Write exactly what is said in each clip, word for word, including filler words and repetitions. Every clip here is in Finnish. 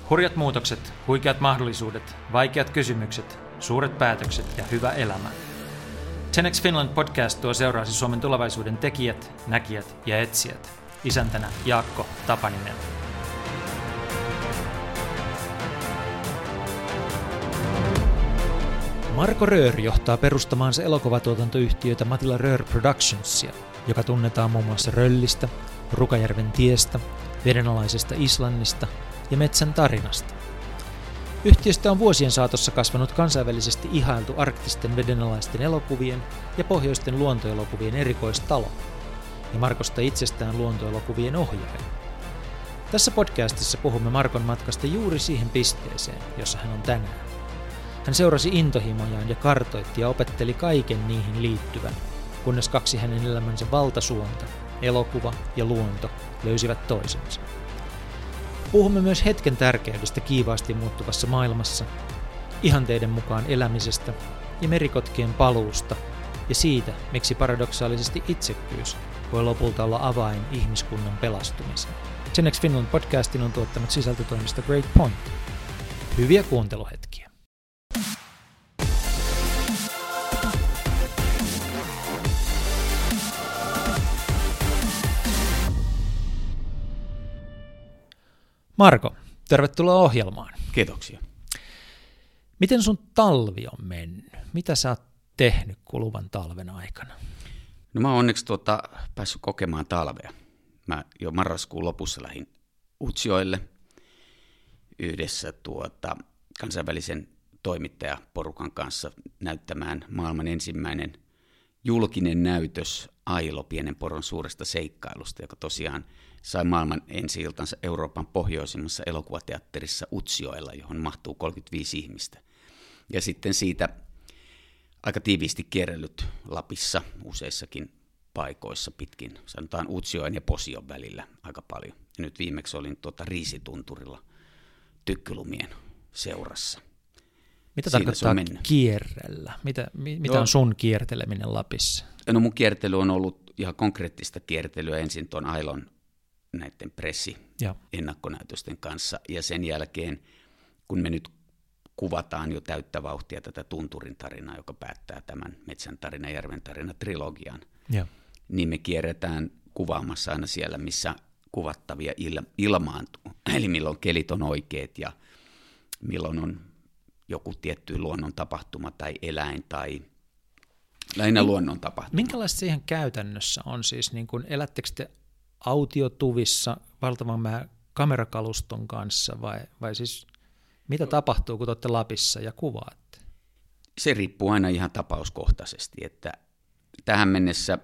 Hurjat muutokset, huikeat mahdollisuudet, vaikeat kysymykset, suuret päätökset ja hyvä elämä. ten x Finland podcast tuo seuraasi Suomen tulevaisuuden tekijät, näkijät ja etsijät. Isäntänä Jaakko Tapaninen. Marko Röör johtaa perustamaansa elokuvatuotantoyhtiötä Matilda Röör Productionsia, joka tunnetaan muun muassa Röllistä, Rukajärven tiestä, vedenalaisesta Islannista ja Metsän tarinasta. Yhtiöstä on vuosien saatossa kasvanut kansainvälisesti ihailtu arktisten vedenalaisten elokuvien ja pohjoisten luontoelokuvien erikoistalo, ja Markosta itsestään luontoelokuvien ohjaaja. Tässä podcastissa puhumme Markon matkasta juuri siihen pisteeseen, jossa hän on tänään. Hän seurasi intohimojaan ja kartoitti ja opetteli kaiken niihin liittyvän, kunnes kaksi hänen elämänsä valtasuonta, elokuva ja luonto, löysivät toisensa. Puhumme myös hetken tärkeydestä kiivaasti muuttuvassa maailmassa, ihanteiden mukaan elämisestä ja merikotkien paluusta ja siitä, miksi paradoksaalisesti itsekkyys voi lopulta olla avain ihmiskunnan pelastumiseen. ten x Finland podcastin on tuottanut sisältötoimisto Great Point. Hyviä kuunteluhetkiä. Marko, tervetuloa ohjelmaan. Kiitoksia. Miten sun talvi on mennyt? Mitä sä oot tehnyt kuluvan talven aikana? No mä oon onneksi tuota, päässyt kokemaan talvea. Mä jo marraskuun lopussa lähdin Utsjoelle yhdessä tuota, kansainvälisen toimittajaporukan kanssa näyttämään maailman ensimmäinen julkinen näytös Ailo, pienen poron suuresta seikkailusta, joka tosiaan sai maailman ensi-iltansa Euroopan pohjoisimmassa elokuvateatterissa Utsjoella, johon mahtuu kolmekymmentäviisi ihmistä. Ja sitten siitä aika tiiviisti kierrellyt Lapissa useissakin paikoissa pitkin, sanotaan Utsjoen ja Posion välillä aika paljon. Ja nyt viimeksi olin tuota Riisitunturilla tykkylumien seurassa. Mitä Siinä tarkoittaa kierrellä? Mitä, mitä no, on sun kierteleminen Lapissa? No mun kiertely on ollut ihan konkreettista kiertelyä ensin tuon Ailon näiden pressi-ennakkonäytösten kanssa, ja sen jälkeen, kun me nyt kuvataan jo täyttä vauhtia tätä Tunturin tarinaa, joka päättää tämän Metsän tarina, Järven tarina trilogian, ja. niin me kierretään kuvaamassa aina siellä, missä kuvattavia il- ilmaantuu, eli milloin kelit on oikeat ja milloin on joku tietty luonnon tapahtuma tai eläin tai lähinnä luonnon tapahtuma. Minkälaista siihen käytännössä on siis, niin kun elättekö te autiotuvissa valtavan määrän kamerakaluston kanssa vai, vai siis mitä tapahtuu, kun te olette Lapissa ja kuvaatte? Se riippuu aina ihan tapauskohtaisesti, että tähän mennessä,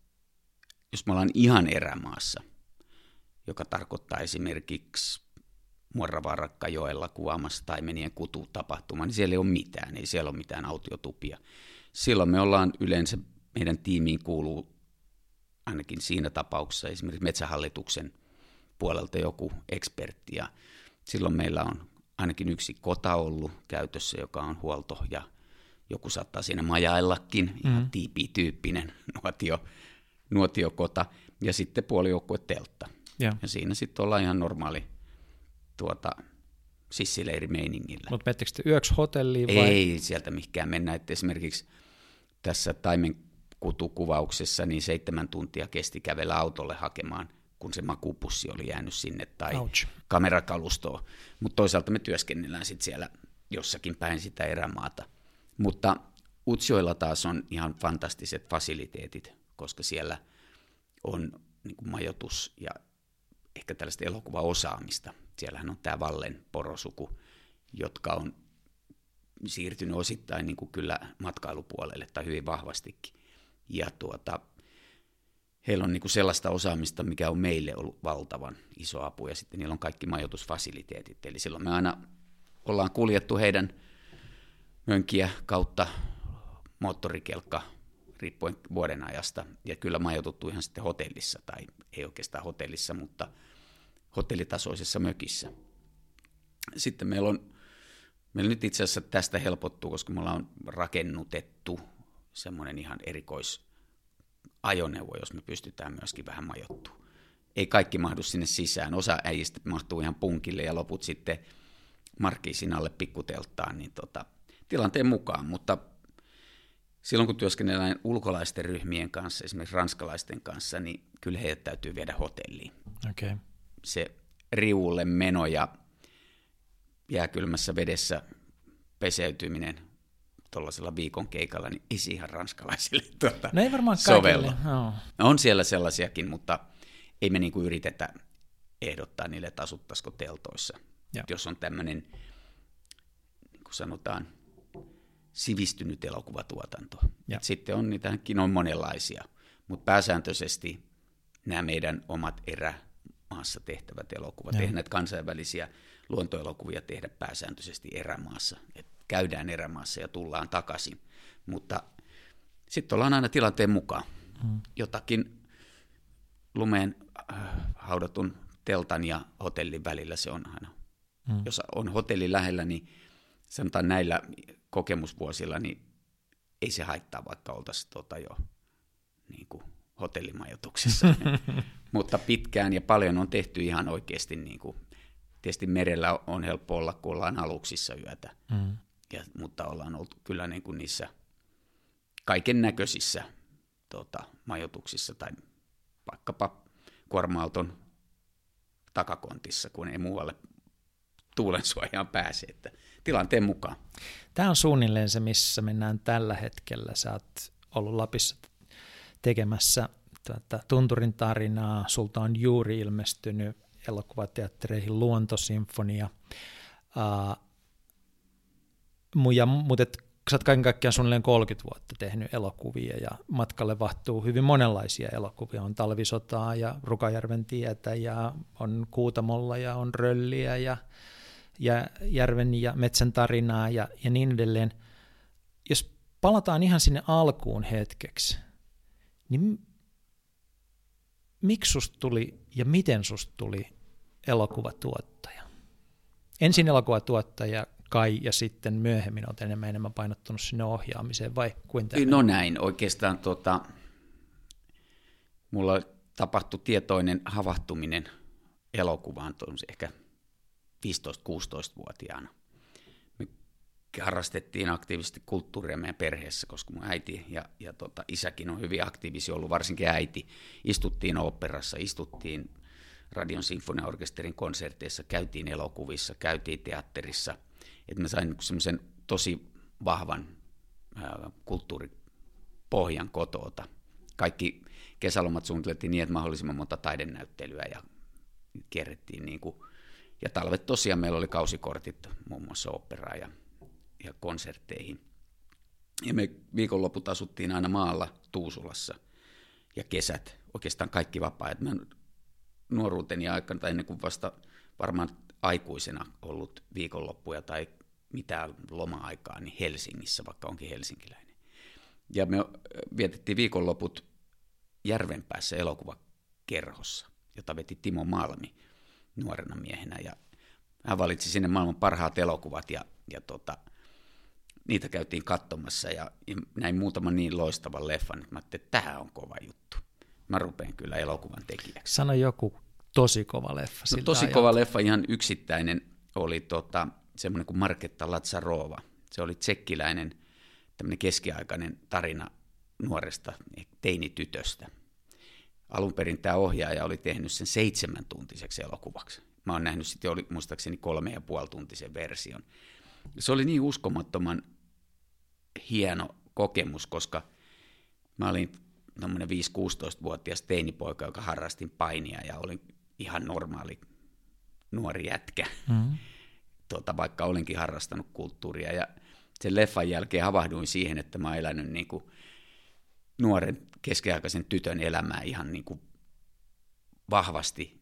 jos me ollaan ihan erämaassa, joka tarkoittaa esimerkiksi Muoravaarakkajoella kuvaamassa taimenien kututapahtuma, niin siellä ei ole mitään, ei siellä ole mitään autiotupia. Silloin me ollaan yleensä, meidän tiimiin kuuluu ainakin siinä tapauksessa esimerkiksi Metsähallituksen puolelta joku ekspertti, ja silloin meillä on ainakin yksi kota ollut käytössä, joka on huolto, ja joku saattaa siinä majaillakin, mm. ihan tiipityyppinen nuotio, nuotiokota, ja sitten puolijoukkue teltta. Ja. ja siinä sitten ollaan ihan normaali tuota, sissileirimeiningillä. Mutta menettekö te yöksi hotelliin vai? Ei sieltä mihinkään mennä, että esimerkiksi tässä taimenkutukuvauksessa niin seitsemän tuntia kesti kävellä autolle hakemaan, kun se makupussi oli jäänyt sinne, tai Ouch. kamerakalustoa. Mutta toisaalta me työskennellään sitten siellä jossakin päin sitä erämaata. Mutta Utsjoella taas on ihan fantastiset fasiliteetit, koska siellä on niin kuin majoitus ja ehkä tällaista elokuvaosaamista. Siellähän on tämä Vallen porosuku, jotka on siirtynyt osittain niin kuin kyllä matkailupuolelle tai hyvin vahvastikin. Ja tuota, heillä on niin kuin sellaista osaamista, mikä on meille ollut valtavan iso apu, ja sitten niillä on kaikki majoitusfasiliteetit. Eli silloin me aina ollaan kuljettu heidän mönkiä kautta moottorikelkka riippuen vuoden ajasta, ja kyllä majoituttu ihan sitten hotellissa, tai ei oikeastaan hotellissa, mutta hotellitasoisessa mökissä. Sitten meillä on, meillä nyt itse asiassa tästä helpottuu, koska me ollaan rakennutettu semmoinen ihan erikoisajoneuvo, jos me pystytään myöskin vähän majoittumaan. Ei kaikki mahdu sinne sisään, osa äijistä mahtuu ihan punkille ja loput sitten Markiisin alle pikkutelttaan, niin tota, tilanteen mukaan, mutta silloin kun työskennellään ulkolaisten ryhmien kanssa, esimerkiksi ranskalaisten kanssa, niin kyllä heidät täytyy viedä hotelliin. Okay. Se riuulle meno ja jääkylmässä vedessä peseytyminen tuollaisella viikon keikalla, niin ei ihan ranskalaisille tuota no ei varmaan sovella. No. On siellä sellaisiakin, mutta ei me niinku yritetä ehdottaa niille, että asuttaisiko teltoissa. Jos on tämmöinen, niin kuin sanotaan, sivistynyt elokuvatuotanto. Sitten on niitäkin on monenlaisia, mutta pääsääntöisesti nämä meidän omat erämaassa tehtävät elokuvat, eihän näitä kansainvälisiä luontoelokuvia tehdä pääsääntöisesti erämaassa. Et käydään erämaassa ja tullaan takaisin, mutta sitten ollaan aina tilanteen mukaan. Hmm. Jotakin lumeen haudatun teltan ja hotellin välillä se on aina. Hmm. Jos on hotelli lähellä, niin sanotaan näillä kokemusvuosilla, niin ei se haittaa, vaikka oltaisiin tota jo niin kuin hotellimajoituksessa. Mutta pitkään ja paljon on tehty ihan oikeasti, niin kuin, tietysti merellä on helppo olla, kun ollaan aluksissa yötä, mm. ja, mutta ollaan oltu kyllä niin kuin niissä kaiken näköisissä tota, majoituksissa tai vaikkapa kuorma-auton takakontissa, kun ei muualle tuulensuojaan pääse, että tilanteen mukaan. Tämä on suunnilleen se, missä mennään tällä hetkellä. Sä oot ollut Lapissa tekemässä tätä Tunturin tarinaa, sulta on juuri ilmestynyt elokuvateattereihin Luontosinfonia, uh, ja, mutta et, sä oot kaiken kaikkiaan suunnilleen kolmekymmentä vuotta tehnyt elokuvia, ja matkalle vahtuu hyvin monenlaisia elokuvia. On Talvisotaa ja Rukajärven tietä, ja on Kuutamolla, ja on Rölliä, ja ja järven ja metsän tarinaa ja, ja niin edelleen. Jos palataan ihan sinne alkuun hetkeksi, niin miksi susta tuli ja miten susta tuli elokuvatuottaja? Ensin elokuvatuottaja kai ja sitten myöhemmin olet enemmän, enemmän painottunut sinne ohjaamiseen vai kuinka? No näin, oikeastaan tota, mulla tapahtui tietoinen havahtuminen elokuvaan ehkä viisitoista-kuusitoista-vuotiaana. Me harrastettiin aktiivisesti kulttuuria meidän perheessä, koska mun äiti ja, ja tota, isäkin on hyvin aktiivisia ollut, varsinkin äiti. Istuttiin oopperassa, istuttiin Radion sinfoniaorkesterin konserteissa, käytiin elokuvissa, käytiin teatterissa. Et mä sain semmoisen tosi vahvan ää, kulttuuripohjan kotoota. Kaikki kesälomat suunniteltiin niin, että mahdollisimman monta taidenäyttelyä ja kierrettiin niin kuin. Ja talvet tosiaan meillä oli kausikortit muun muassa oopperaan ja, ja konsertteihin. Ja me viikonloput asuttiin aina maalla Tuusulassa ja kesät, oikeastaan kaikki vapaa-ajat. Mä nuoruuteni aikana tai ennen kuin vasta varmaan aikuisena ollut viikonloppuja tai mitään loma-aikaa, niin Helsingissä, vaikka onkin helsinkiläinen. Ja me vietettiin viikonloput Järvenpäässä elokuvakerhossa, jota veti Timo Malmi nuorena miehenä, ja hän valitsi sinne maailman parhaat elokuvat, ja, ja tota, niitä käytiin katsomassa, ja, ja näin muutaman niin loistavan leffan, että mä ajattelin, että tämä on kova juttu. Mä rupean kyllä elokuvan tekijäksi. Sano joku tosi kova leffa. No, tosi ajalta. Kova leffa, ihan yksittäinen, oli tota, semmoinen kuin Marketta Latsarova. Se oli tsekkiläinen, tämmöinen keskiaikainen tarina nuoresta teinitytöstä. Alun perin tämä ohjaaja oli tehnyt sen seitsemän tuntiseksi elokuvaksi. Mä oon nähnyt sitten, oli muistaakseni kolme ja puoli tuntisen version. Se oli niin uskomattoman hieno kokemus, koska mä olin tämmöinen viisi-kuusitoista-vuotias teinipoika, joka harrastin painia ja olin ihan normaali nuori jätkä, mm-hmm. tota, vaikka olenkin harrastanut kulttuuria. Ja sen leffan jälkeen havahduin siihen, että mä oon elänyt niin kuin nuoren keskiaikaisen tytön elämää ihan niin kuin vahvasti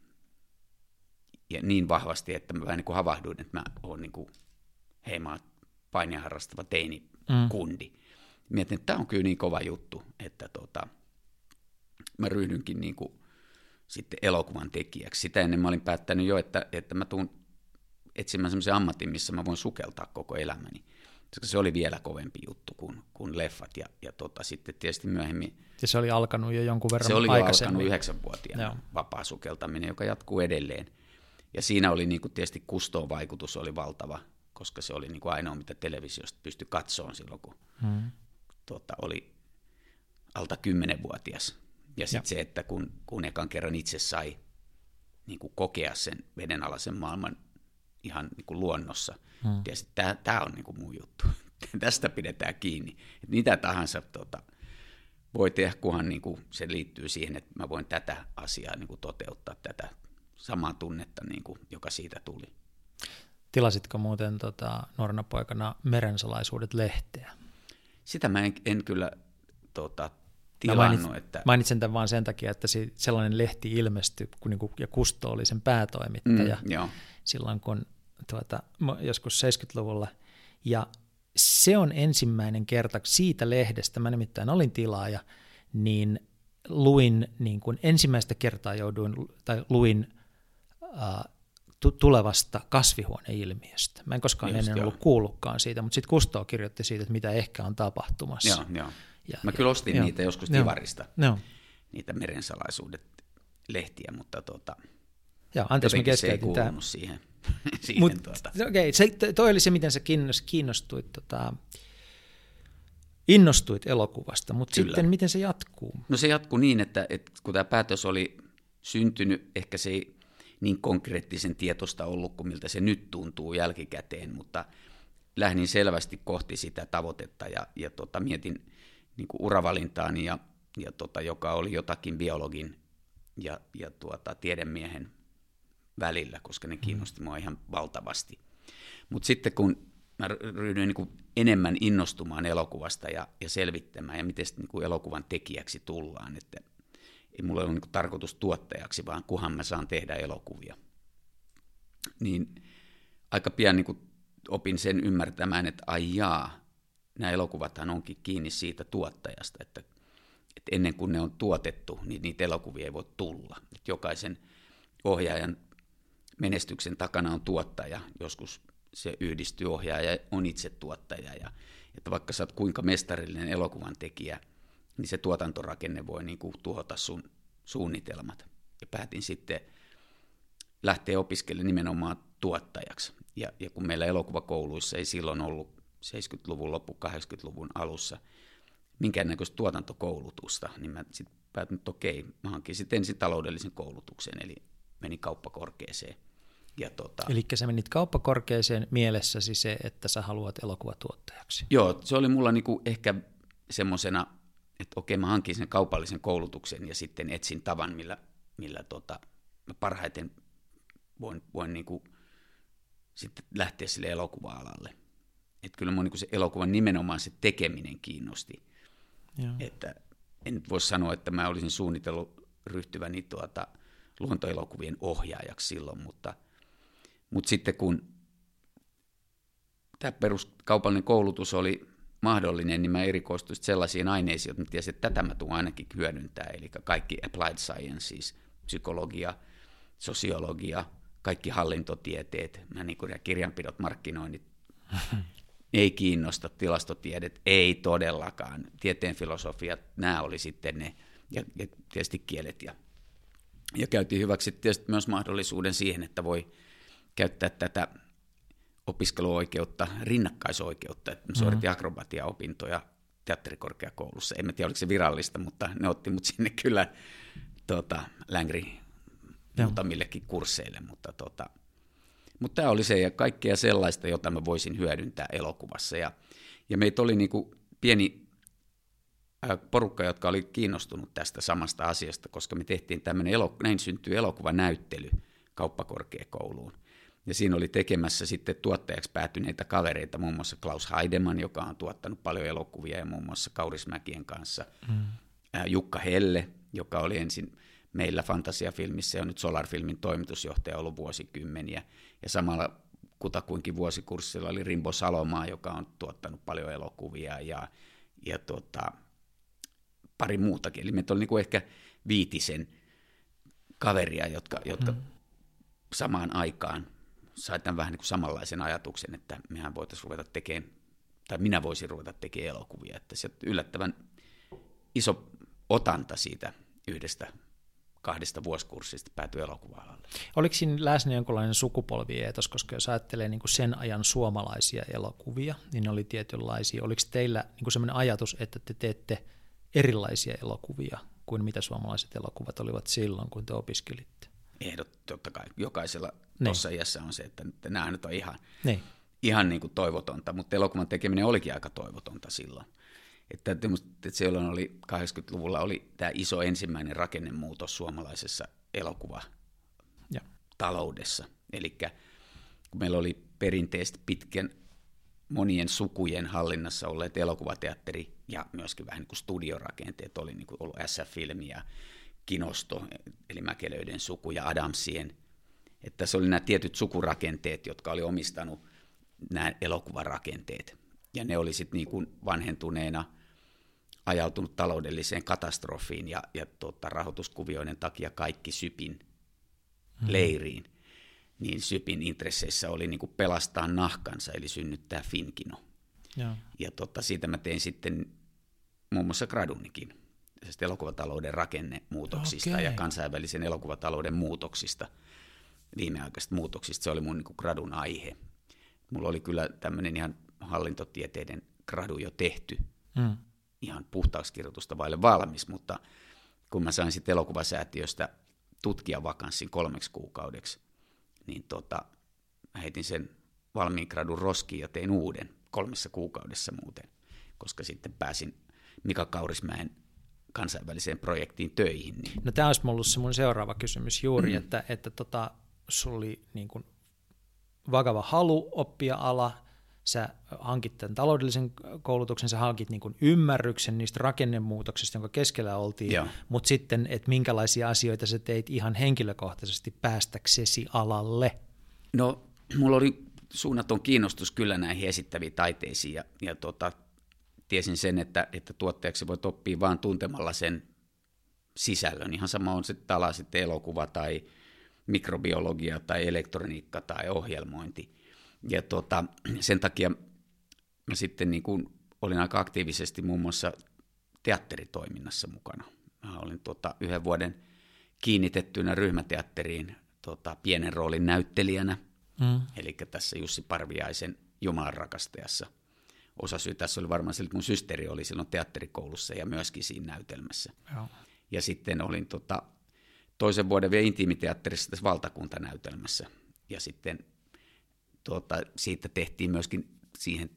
ja niin vahvasti, että mä vähän niin kuin havahduin, että mä oon niin kuin, hei mä oon painia harrastava teinikundi. Mm. Mietin, että tämä on kyllä niin kova juttu, että tota, mä ryhdynkin niin kuin sitten elokuvan tekijäksi. Sitä ennen mä olin päättänyt jo, että, että mä tuun etsimään semmoisen ammatin, missä mä voin sukeltaa koko elämäni. Se oli vielä kovempi juttu kuin, kuin leffat, ja, ja tota, sitten tietysti myöhemmin. Ja se oli alkanut jo jonkun verran aikaisemmin. Se oli aikaisemmin. jo alkanut yhdeksänvuotiaana vapaa sukeltaminen, joka jatkuu edelleen. Ja siinä oli niin kuin tietysti Kustoon vaikutus oli valtava. koska se oli niin kuin ainoa, mitä televisiosta pystyi katsomaan silloin, kun mm. tuota, oli alta kymmenenvuotias. Ja sitten se, että kun, kun ekan kerran itse sai niin kuin kokea sen vedenalaisen maailman ihan niin kuin luonnossa, mm. tiesi, että tämä on niin kuin mun juttu. Tästä pidetään kiinni. Et mitä tahansa tuota, voi tehdä, kunhan niin kuin se liittyy siihen, että mä voin tätä asiaa niin kuin toteuttaa, tätä samaa tunnetta, niin kuin, joka siitä tuli. Tilasitko muuten tota, nuorena poikana Merensalaisuudet-lehteä? Sitä mä en, en kyllä tota, tilannut. Mainitsen, että... mainitsen tämän vaan sen takia, että sellainen lehti ilmestyi, kun, niin kuin, ja Kusto oli sen päätoimittaja mm, silloin, kun tuota, joskus seitsemänkymmentäluvulla. Ja se on ensimmäinen kerta siitä lehdestä, mä nimittäin olin tilaaja, niin luin niin kuin ensimmäistä kertaa jouduin, tai luin äh, tulevasta kasvihuoneilmiöstä. Mä en koskaan Just, ennen joo. ollut kuullutkaan siitä, mutta sitten Kusto kirjoitti siitä, että mitä ehkä on tapahtumassa. Joo, joo. Ja, Mä ja, kyllä ostin ja, niitä joskus joo, Divarista, joo. niitä Merensalaisuudet-lehtiä, mutta tuota, joo, anteeksi, se ei kuulunut tämä. siihen. siihen Mut, tuota. okay, se, toi oli se, miten sä kiinnostuit, tota, innostuit elokuvasta, mutta kyllä. Sitten miten se jatkuu? No se jatkuu niin, että, että kun tämä päätös oli syntynyt, ehkä se ei niin konkreettisen tietoista ollut kuin miltä se nyt tuntuu jälkikäteen, mutta lähdin selvästi kohti sitä tavoitetta ja, ja tota, mietin niin kuin uravalintaani, ja, ja tota, joka oli jotakin biologin ja, ja tuota, tiedemiehen välillä, koska ne kiinnosti mua ihan valtavasti. Mutta sitten kun mä ryhdyin niin kuin enemmän innostumaan elokuvasta ja, ja selvittämään, ja miten niin kuin elokuvan tekijäksi tullaan, että ei mulla ole niin kuin tarkoitus tuottajaksi, vaan kunhan mä saan tehdä elokuvia, niin aika pian niin kuin opin sen ymmärtämään, että ai jaa, nämä elokuvathan onkin kiinni siitä tuottajasta, että, että ennen kuin ne on tuotettu, niin niitä elokuvia ei voi tulla. Että jokaisen ohjaajan menestyksen takana on tuottaja, joskus se yhdistyy ohjaaja ja on itse tuottaja, ja että vaikka sä oot kuinka mestarillinen elokuvan tekijä, niin se tuotantorakenne voi niin kuin tuhota sun suunnitelmat. Ja päätin sitten lähteä opiskelemaan nimenomaan tuottajaksi. Ja, ja kun meillä elokuvakouluissa ei silloin ollut seitsemänkymmentäluvun loppu, kahdeksankymmentäluvun alussa minkäännäköistä tuotantokoulutusta, niin mä sitten päätin, että okei, mä hankin sitten ensin taloudellisen koulutuksen, eli menin kauppakorkeeseen. Ja tota, eli sä menit kauppakorkeeseen mielessäsi se, että sä haluat elokuvatuottajaksi? Joo, se oli mulla niinku ehkä semmosena, että okei, mä hankin sen kaupallisen koulutuksen ja sitten etsin tavan, millä, millä tota, mä parhaiten voin, voin niinku sitten lähteä sille elokuva-alalle. Että kyllä mun niinku se elokuvan nimenomaan se tekeminen kiinnosti. Joo. Että en nyt voi sanoa, että mä olisin suunnitellut ryhtyväni tuota luontoelokuvien ohjaajaksi silloin, mutta, mutta sitten kun tämä peruskaupallinen koulutus oli mahdollinen, niin mä erikoistuin sellaisiin aineisiin, että mä tiesin, että tätä mä tuun ainakin hyödyntää, eli kaikki applied sciences, psykologia, sosiologia, kaikki hallintotieteet, mä niin kuin kirjanpidot, markkinoinnit, ei kiinnosta, tilastotiedet, ei todellakaan, tieteen filosofiat, nämä oli sitten ne, ja, ja tietysti kielet, ja, ja käytiin hyväksi tietysti myös mahdollisuuden siihen, että voi käyttää tätä opiskeluoikeutta, rinnakkaisoikeutta, että mä suoritin mm-hmm. akrobatiaopintoja teatterikorkeakoulussa, en mä tiedä, oliko se virallista, mutta ne otti mut sinne kyllä tota, längri muutamillekin kursseille, mutta tota, mutta tämä oli se ja kaikkea sellaista, jota mä voisin hyödyntää elokuvassa. Ja, ja meitä oli niinku pieni porukka, jotka oli kiinnostunut tästä samasta asiasta, koska me tehtiin tämmöinen, elo, näin syntyi elokuvanäyttely kauppakorkeakouluun. Ja siinä oli tekemässä sitten tuottajaksi päätyneitä kavereita, muun muassa Klaus Heidemann, joka on tuottanut paljon elokuvia ja muun muassa Kaurismäkien kanssa. Mm. Jukka Helle, joka oli ensin meillä Fantasiafilmissä ja on nyt Solar-filmin toimitusjohtaja ollut vuosikymmeniä. Ja samalla kutakuinkin vuosikurssilla oli Rimbo Salomaa, joka on tuottanut paljon elokuvia ja, ja tota, pari muutakin. Eli meitä oli niin kuin ehkä viitisen kaveria, jotka, jotka mm. samaan aikaan sai tämän vähän niin kuin samanlaisen ajatuksen, että mehän voitaisiin ruveta tekemään, tai minä voisin ruveta tekemään elokuvia. Että se yllättävän iso otanta siitä yhdestä kahdesta vuosikurssista päätyi elokuva-alalle. Oliko siinä läsnä jonkinlainen sukupolvieetos, koska jos ajattelee niin kuin sen ajan suomalaisia elokuvia, niin ne oli tietynlaisia. Oliko teillä niin kuin sellainen ajatus, että te teette erilaisia elokuvia kuin mitä suomalaiset elokuvat olivat silloin, kun te opiskelitte? Ehdot, totta kai. Jokaisella tuossa iässä on se, että nämä nyt on ihan, niin. ihan niin kuin toivotonta, mutta elokuvan tekeminen olikin aika toivotonta silloin. Että, että silloin oli kahdeksankymmentäluvulla oli tämä iso ensimmäinen rakennemuutos suomalaisessa elokuvataloudessa. Eli kun meillä oli perinteisesti pitkän monien sukujen hallinnassa olleet elokuvateatteri ja myöskin vähän niin kuin studiorakenteet, oli niin kuin ollut S F-filmi ja Kinosto, eli Mäkelöiden suku ja Adamsien, että se oli nämä tietyt sukurakenteet, jotka oli omistanut nämä elokuvarakenteet. Ja ne oli sitten niin kuin vanhentuneena ajautunut taloudelliseen katastrofiin ja, ja tuota, rahoituskuvioiden takia kaikki Sypin hmm. leiriin. Niin Sypin intresseissä oli niin kuin pelastaa nahkansa, eli synnyttää Finkino. Ja, ja tota, siitä mä tein sitten muun muassa gradunikin, elokuvatalouden rakennemuutoksista okay. ja kansainvälisen elokuvatalouden muutoksista, viimeaikaisista muutoksista. Se oli mun niin kuin gradun aihe. Mulla oli kyllä tämmöinen ihan hallintotieteiden gradu jo tehty, mm. ihan puhtaaksi kirjoitusta vaille valmis, mutta kun mä sain sitten elokuvasäätiöstä tutkijavakanssin kolmeksi kuukaudeksi, niin tota, mä heitin sen valmiin gradun roskiin ja tein uuden kolmessa kuukaudessa muuten, koska sitten pääsin Mika Kaurismäen kansainväliseen projektiin töihin. Niin. No tämä olisi ollut se mun seuraava kysymys juuri, mm. että, että tota, sulla oli niin kuin vakava halu oppia ala, sä hankit tämän taloudellisen koulutuksen, sä hankit niin kuin ymmärryksen niistä rakennemuutoksista, jonka keskellä oltiin, Joo. mutta sitten, että minkälaisia asioita sä teit ihan henkilökohtaisesti päästäksesi alalle? No, mulla oli suunnaton kiinnostus kyllä näihin esittäviin taiteisiin, ja, ja tota, tiesin sen, että, että tuottajaksi voit oppia vaan tuntemalla sen sisällön. Ihan sama on sitten ala sitten elokuva tai mikrobiologia tai elektroniikka tai ohjelmointi. Ja tota, sen takia mä sitten niin kuin olin aika aktiivisesti muun muassa teatteritoiminnassa mukana. Mä olin tota yhden vuoden kiinnitettynä ryhmäteatteriin tota, pienen roolin näyttelijänä, mm. eli tässä Jussi Parviaisen Jumalan rakastajassa. Osasyy tässä oli varmaan se, että mun systeri oli silloin teatterikoulussa ja myöskin siinä näytelmässä. Joo. Ja sitten olin tota, toisen vuoden vielä intiimiteatterissa tässä valtakuntanäytelmässä. Ja sitten tuota, siitä tehtiin myöskin siihen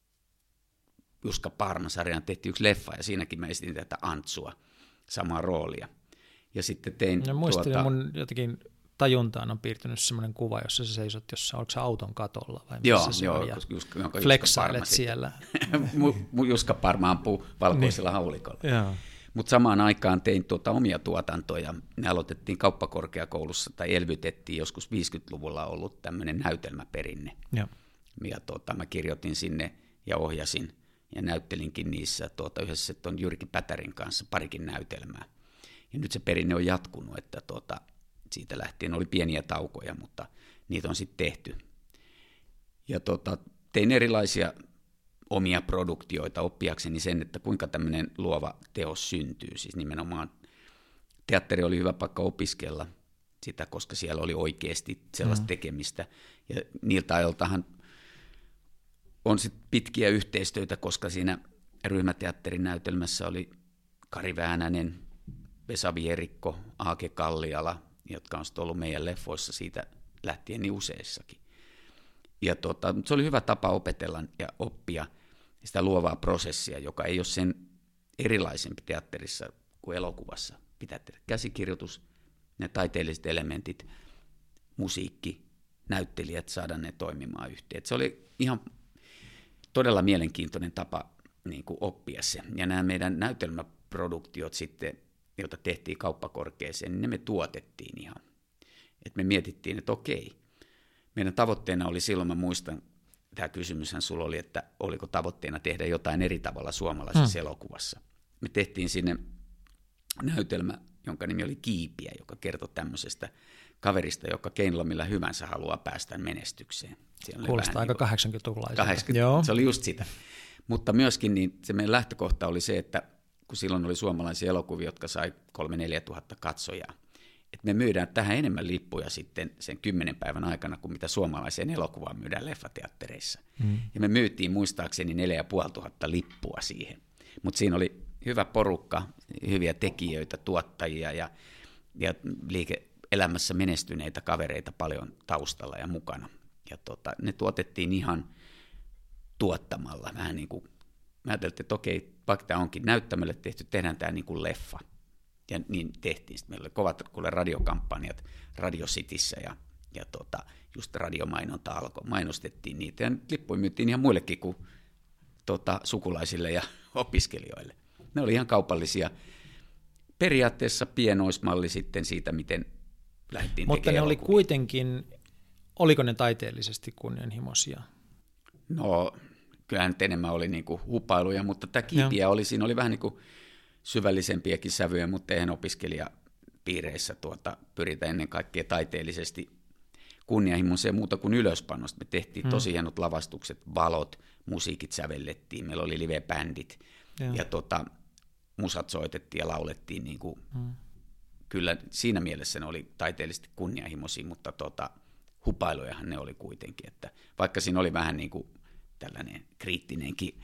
Juska Paarna-sarjaan tehtiin yksi leffa, ja siinäkin mä esitin tätä Antsua, samaa roolia. Ja sitten tein... Ja muistin, tuota, mun jotenkin tajuntaan on piirtynyt semmoinen kuva, jossa sä seisot jossain, oliko se auton katolla vai joo, missä se joo, on, ja Juska, fleksailet siellä. Juska Parma ampuu valkoisella niin. haulikolla. Mutta samaan aikaan tein tuota omia tuotantoja. Ne aloitettiin kauppakorkeakoulussa tai elvytettiin joskus viisikymmentäluvulla ollut tämmöinen näytelmäperinne. Ja, ja tuota, mä kirjoitin sinne ja ohjasin ja näyttelinkin niissä tuota, yhdessä tuon Jyrki Pätärin kanssa parikin näytelmää. Ja nyt se perinne on jatkunut, että tuota, siitä lähtien oli pieniä taukoja, mutta niitä on sitten tehty. Ja tuota, tein erilaisia omia produktioita oppiakseni sen, että kuinka tämmöinen luova teos syntyy. Siis nimenomaan teatteri oli hyvä paikka opiskella sitä, koska siellä oli oikeasti sellaista mm. tekemistä. Ja niiltä ajoiltahan on sitten pitkiä yhteistyötä, koska siinä ryhmäteatterin näytelmässä oli Kari Väänänen, Vesa Vierikko, Aake Kalliala, jotka on sitten ollut meidän leffoissa siitä lähtien niin useissakin. Ja tota, se oli hyvä tapa opetella ja oppia sitä luovaa prosessia, joka ei ole sen erilaisempi teatterissa kuin elokuvassa. Pitää tehdä käsikirjoitus, ne taiteelliset elementit, musiikki, näyttelijät, saada ne toimimaan yhteen. Et se oli ihan todella mielenkiintoinen tapa niin kuin oppia se. Ja nämä meidän näytelmäproduktiot sitten, joita tehtiin kauppakorkeeseen, niin ne me tuotettiin ihan. Et me mietittiin, että okei, meidän tavoitteena oli silloin, mä muistan, tämä kysymyshän sulla oli, että oliko tavoitteena tehdä jotain eri tavalla suomalaisessa hmm. elokuvassa. Me tehtiin sinne näytelmä, jonka nimi oli Kiipiä, joka kertoi tämmöisestä kaverista, joka keinolla millä hyvänsä haluaa päästä menestykseen. Kuulostaa aika kahdeksankymmentäluvulaiselta. kahdeksankymmentä, se oli just sitä. Mutta myöskin niin se meidän lähtökohta oli se, että kun silloin oli suomalaisia elokuvia, jotka sai kolme neljä tuhatta katsojaa, että me myydään tähän enemmän lippuja sitten sen kymmenen päivän aikana kuin mitä suomalaiseen elokuvaan myydään leffateattereissa. Mm. Ja me myytiin muistaakseni neljä ja puoli tuhatta lippua siihen. Mutta siinä oli hyvä porukka, hyviä tekijöitä, tuottajia ja, ja liike-elämässä menestyneitä kavereita paljon taustalla ja mukana. Ja tota, ne tuotettiin ihan tuottamalla. Vähän niin kuin, mä ajattelin, että okei, vaikka tämä onkin näyttämölle tehty, tehdään tämä niin kuin leffa. Ja niin tehtiin. Sitten meillä oli kovat kuule radiokampanjat Radio Cityssä ja, ja tota, just radiomainonta alkoi. Mainostettiin niitä ja lippuja myytiin ihan muillekin kuin tota, sukulaisille ja opiskelijoille. Ne oli ihan kaupallisia. Periaatteessa pienoismalli sitten siitä, miten lähdettiin Mutta tekemään ne oli elokuvia. kuitenkin, oliko ne taiteellisesti kunnianhimoisia? No, kyllähän nyt enemmän oli niinku hupailuja, mutta tämä kiipiä oli, siinä oli vähän niin kuin syvällisempiäkin sävyjä, mutta eihän opiskelijapiireissä tuota, pyritä ennen kaikkea taiteellisesti kunnianhimoiseen muuta kuin ylöspanosta. Me tehtiin hmm. tosi hienot lavastukset, valot, musiikit sävellettiin, meillä oli live-bändit ja, ja tota, musat soitettiin ja laulettiin. Niin kuin, hmm. Kyllä siinä mielessä ne oli taiteellisesti kunnianhimoisia, mutta tota, hupailujahan ne oli kuitenkin. Että vaikka siinä oli vähän niin kuin tällainen kriittinenkin,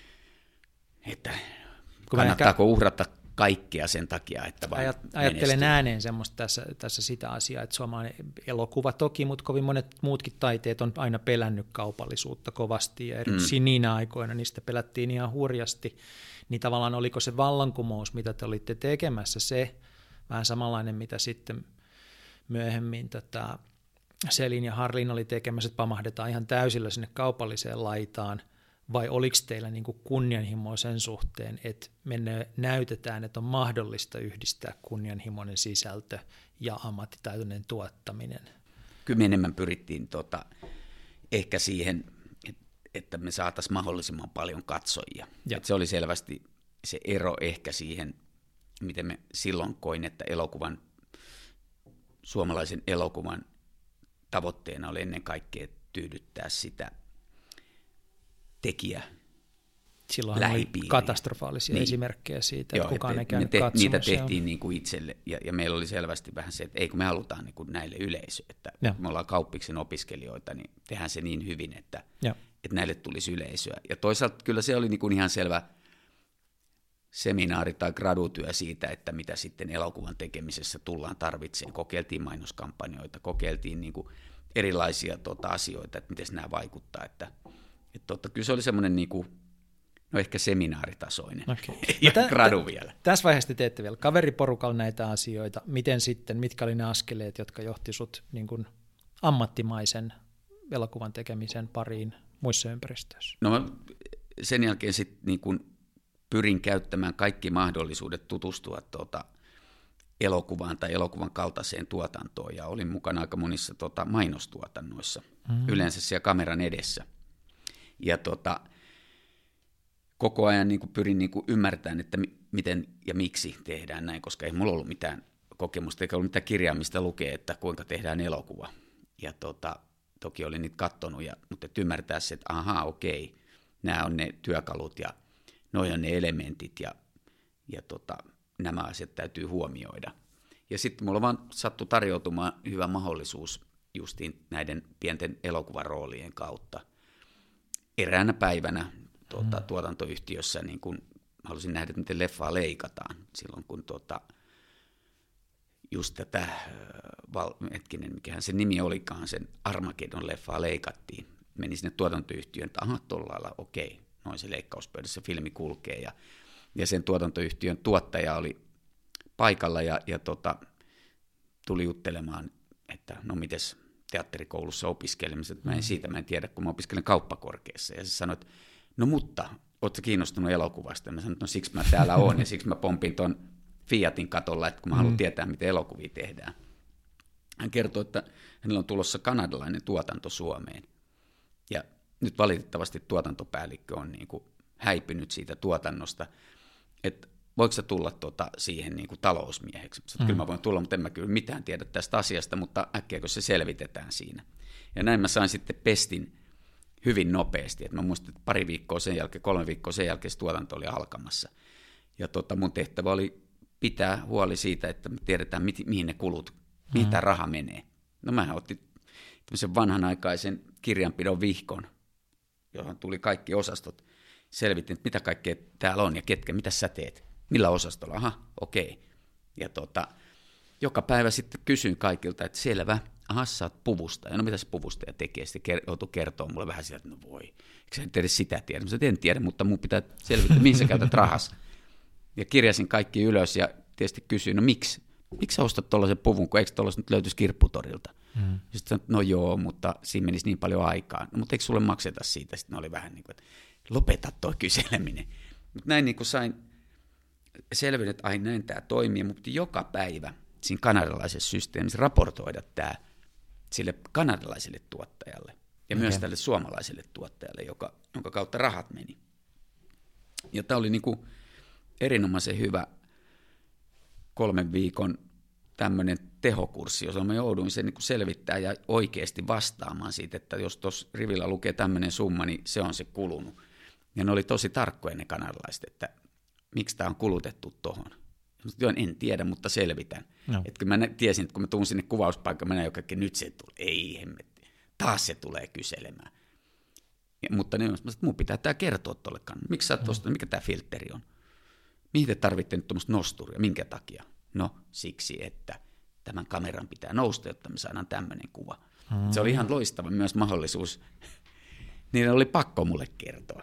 että kun kannattaako uhrata kaikkea sen takia, että vaan Ajat, Ajattelen ääneen semmoista tässä, tässä sitä asiaa, että suomalainen elokuva toki, mutta kovin monet muutkin taiteet on aina pelännyt kaupallisuutta kovasti, ja erityisesti mm. niinä aikoina niistä pelättiin ihan hurjasti, niin tavallaan oliko se vallankumous, mitä te olitte tekemässä, se vähän samanlainen, mitä sitten myöhemmin tätä Selin ja Harlin oli tekemässä, että pamahdetaan ihan täysillä sinne kaupalliseen laitaan, vai oliko teillä niin kuin kunnianhimoa sen suhteen, että me näytetään, että on mahdollista yhdistää kunnianhimoinen sisältö ja ammattitaitoinen tuottaminen? Kyllä me enemmän pyrittiin tota, ehkä siihen, että me saataisiin mahdollisimman paljon katsojia. Et se oli selvästi se ero ehkä siihen, miten me silloin koin, että elokuvan, suomalaisen elokuvan tavoitteena oli ennen kaikkea tyydyttää sitä tekijä Silloin oli katastrofaalisia niin. esimerkkejä siitä, että Joo, kukaan ei käynyt te, katsomassa. Niitä tehtiin niin kuin itselle, ja, ja meillä oli selvästi vähän se, että ei kun me halutaan niin kuin näille yleisö, että ja. me ollaan kauppiksen opiskelijoita, niin tehdään se niin hyvin, että, että näille tulisi yleisöä. Ja toisaalta kyllä se oli niin kuin ihan selvä seminaari tai gradutyö siitä, että mitä sitten elokuvan tekemisessä tullaan tarvitsemaan. Kokeiltiin mainoskampanjoita, kokeiltiin niin kuin erilaisia tota, asioita, että miten nämä vaikuttaa, että Että totta, kyllä se oli semmoinen niinku, no ehkä seminaaritasoinen okay. ja no gradu vielä. Tässä vaiheessa te teette vielä kaveriporukalla näitä asioita. Miten sitten, mitkä oli ne askeleet, jotka johti sut niin kuin ammattimaisen elokuvan tekemisen pariin muissa ympäristöissä? No mä sen jälkeen sitten niin kuin pyrin käyttämään kaikki mahdollisuudet tutustua tuota elokuvaan tai elokuvan kaltaiseen tuotantoon ja olin mukana aika monissa tuota mainostuotannoissa, mm-hmm. yleensä siellä kameran edessä. Ja tota, koko ajan niin kuin pyrin niin kuin ymmärtämään, että mi- miten ja miksi tehdään näin, koska ei mulla ollut mitään kokemusta eikä ollut mitään kirjaa, mistä lukee, että kuinka tehdään elokuva. Ja tota, toki olin niitä katsonut, ja, mutta et ymmärtää se, että ahaa, okei, nämä on ne työkalut ja noi on ne elementit ja, ja tota, nämä asiat täytyy huomioida. Ja sitten mulla vaan sattui tarjoutumaan hyvä mahdollisuus justiin näiden pienten elokuvaroolien kautta. Eräänä päivänä tuota, hmm. tuotantoyhtiössä niin kun halusin nähdä, miten leffaa leikataan silloin, kun tuota, just tätä, val, hetkinen, mikähän se nimi olikaan, sen Armageddon leffaa leikattiin. Menin sinne tuotantoyhtiöön, että aha, tuolla lailla, okei, noin se leikkauspöydässä filmi kulkee. Ja, ja sen tuotantoyhtiön tuottaja oli paikalla ja, ja tota, tuli juttelemaan, että no mites teatterikoulussa opiskelemassa, että mä en siitä, mä en tiedä, kun mä opiskelen kauppakorkeassa. Ja se sanoi, että no mutta, ootko kiinnostunut elokuvasta? Ja mä sanoin, että no siksi mä täällä oon, ja siksi mä pompin ton Fiatin katolla, että kun mä haluan mm. tietää, miten elokuvia tehdään. Hän kertoi, että hänellä on tulossa kanadalainen tuotanto Suomeen. Ja nyt valitettavasti tuotantopäällikkö on niin kuin häipynyt siitä tuotannosta, että voiko sä tulla tuota siihen niin kuin talousmieheksi? Sanoin, mm. Kyllä mä voin tulla, mutta en mä kyllä mitään tiedä tästä asiasta, mutta äkkiäkö se selvitetään siinä. Ja näin mä sain sitten pestin hyvin nopeasti. Että mä muistan, että pari viikkoa sen jälkeen, kolme viikkoa sen jälkeen se tuotanto oli alkamassa. Ja tota, mun tehtävä oli pitää huoli siitä, että me tiedetään, mihin ne kulut, mihin mm. tämä raha menee. No mähän otin tämmöisen vanhanaikaisen kirjanpidon vihkon, johon tuli kaikki osastot. Selvitin, että mitä kaikkea täällä on ja ketkä, mitä sä teet, millä osastolla, aha, okei. Ja tota, joka päivä sitten kysyin kaikilta, että selvä, aha, sä oot puvustaja. No mitä se puvustaja tekee? Sitten joutui kertoa mulle vähän sitä, että no voi, eikö sä nyt edes sitä tiedä? Mä en tiedä, mutta mun pitää selvittää, mihin sä käytät rahas. Ja kirjasin kaikki ylös ja tietysti kysyin, no miksi? Miksi sä ostat tuollaisen puvun, kun eikö tuollaisen nyt löytyisi kirpputorilta? Mm. Sitten sanoin, no joo, mutta siinä menisi niin paljon aikaa. No, mutta eikö sulle makseta siitä? Sitten ne oli vähän niin kuin, että lopeta toi kyseleminen. Mutta näin niin kuin sain selvyyden, että ai näin tämä toimii, mutta joka päivä siinä kanadalaisessa systeemissä raportoida tämä sille kanadalaiselle tuottajalle ja okay. myös tälle suomalaiselle tuottajalle, joka, jonka kautta rahat meni. Ja tämä oli niin kuin erinomaisen hyvä kolmen viikon tämmöinen tehokurssi, jossa mä jouduin sen niin kuin selvittämään ja oikeasti vastaamaan siitä, että jos tuossa rivillä lukee tämmöinen summa, niin se on se kulunut. Ja ne oli tosi tarkkoja ne kanadalaiset, että miksi tämä on kulutettu tuohon. En tiedä, mutta selvitän. No. Että mä tiesin, että kun mä tuun sinne kuvauspaikkaan, mä näin jo kaikki, nyt se tulee, ei hemmetti, taas se tulee kyselemään. Ja, mutta ne on, että mun pitää tämä kertoa tuolle kannalle. Miksi sä oot tuosta, mikä tämä filtteri on? Mihin te tarvitte nyt tuommoista nosturia, minkä takia? No siksi, että tämän kameran pitää nousta, jotta me saadaan tämmöinen kuva. Mm. Se oli ihan loistava myös mahdollisuus. Niillä oli pakko mulle kertoa.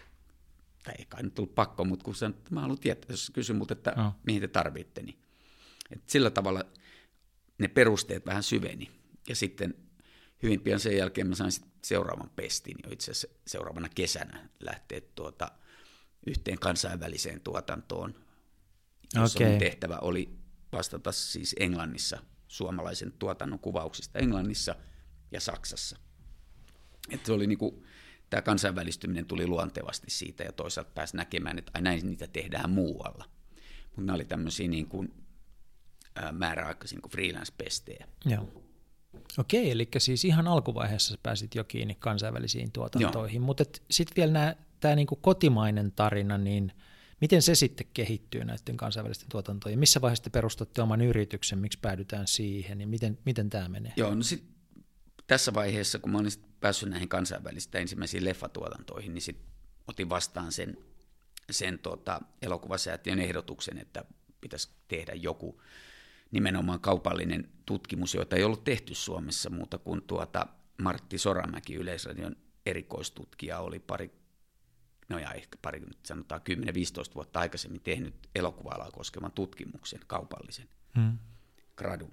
Tai ei kai nyt tullut pakko, mutta kun sanoin, että mä haluan tietää, jos kysyn multa, että no. mihin te tarvitte, niin että sillä tavalla ne perusteet vähän syveni. Ja sitten hyvin pian sen jälkeen mä sain seuraavan pestin, jo itse asiassa seuraavana kesänä lähteä tuota, yhteen kansainväliseen tuotantoon, jossa okay. mun tehtävä oli vastata siis Englannissa suomalaisen tuotannon kuvauksista Englannissa ja Saksassa. Että se oli niinku, tämä kansainvälistyminen tuli luontevasti siitä ja toisaalta pääsi näkemään, että ai näin niitä tehdään muualla. Mutta nämä oli tämmöisiä niin kuin, ää, määräaikaisia niin kuin freelance-pestejä. Joo. Okei, eli siis ihan alkuvaiheessa pääsit jo kiinni kansainvälisiin tuotantoihin, mutta sitten vielä tämä niinku kotimainen tarina, niin miten se sitten kehittyy näiden kansainvälisten tuotantojen? Missä vaiheessa te perustatte oman yrityksen, miksi päädytään siihen ja miten, miten tämä menee? Joo, no sit tässä vaiheessa, kun mä olin päässyt näihin kansainvälisiin ensimmäisiin leffatuotantoihin, niin sitten otin vastaan sen, sen tota, elokuvasäätiön ehdotuksen, että pitäisi tehdä joku nimenomaan kaupallinen tutkimus, joita ei ollut tehty Suomessa muuta kuin tuota Martti Soramäki, Yleisradion erikoistutkija, oli pari, no ja ehkä pari, nyt sanotaan kymmenen viisitoista vuotta aikaisemmin tehnyt elokuva-alaa koskevan tutkimuksen, kaupallisen hmm. gradun.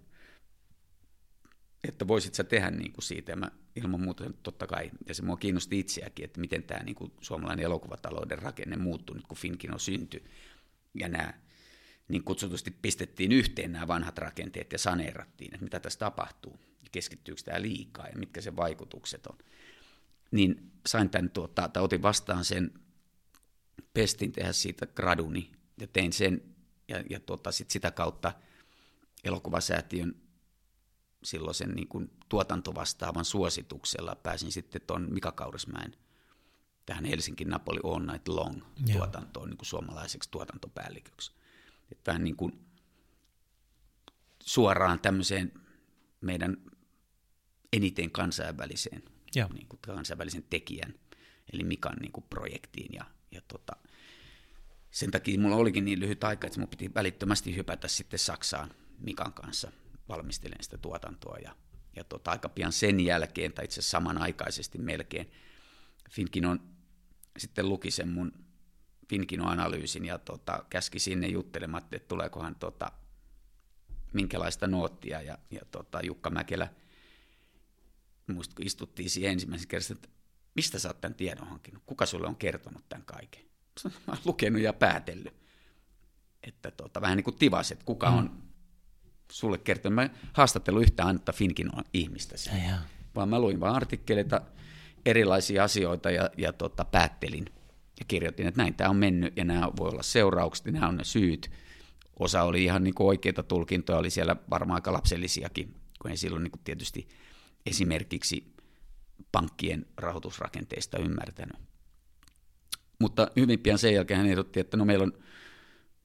Että voisit sä tehdä niin kuin siitä, ja mä ilman muuta totta kai, ja se mua kiinnosti itseäkin, että miten tämä niin kuin suomalainen elokuvatalouden rakenne muuttui nyt, kun Finkino syntyi, ja nämä niin kutsutusti pistettiin yhteen nämä vanhat rakenteet ja saneerattiin, että mitä tässä tapahtuu, ja keskittyykö tämä liikaa, ja mitkä sen vaikutukset on. Niin sain tämän, tuota, tai otin vastaan sen pestin tehdä siitä graduni, ja tein sen, ja, ja tuota, sit sitä kautta elokuvasäätiön silloisen niin kuin tuotantovastaavan suosituksella pääsin sitten tuon Mika Kaurismäen tähän Helsinki Napoli All Night Long tuotantoon niin kuin suomalaiseksi tuotantopäälliköksi. Että vähän niin kuin suoraan tämmöiseen meidän eniten kansainväliseen, niin kuin kansainvälisen tekijän, eli Mikan niin kuin projektiin. Ja, ja tota, sen takia mulla olikin niin lyhyt aika, että mun piti välittömästi hypätä sitten Saksaan Mikan kanssa valmistelemaan sitä tuotantoa. Ja, ja tota, aika pian sen jälkeen, tai itse asiassa samanaikaisesti melkein, Finkino sitten luki sen mun Finkino-analyysin ja tota, käski sinne juttelemaan, että tuleekohan tota, minkälaista noottia. Ja, ja tota, Jukka Mäkelä, muista kun istuttiin siihen ensimmäisen kerran, että mistä sä oot tämän tiedon hankinut? Kuka sulle on kertonut tämän kaiken? Mä oon lukenut ja päätellyt. Että tota, vähän niin kuin tivas, että kuka on mm. sulle kertonut. Mä en haastattellut yhtään ainutta Finkinon ihmistä siinä, vaan mä luin vaan artikkeleita, erilaisia asioita ja, ja tota, päättelin. Ja kirjoitin, että näin tämä on mennyt ja nämä voi olla seuraukset ja nämä on ne syyt. Osa oli ihan niin kuin oikeita tulkintoja, oli siellä varmaan aika lapsellisiakin, kun ei silloin niin kuin tietysti esimerkiksi pankkien rahoitusrakenteista ymmärtänyt. Mutta hyvin pian sen jälkeen hän ehdotti, että no meillä on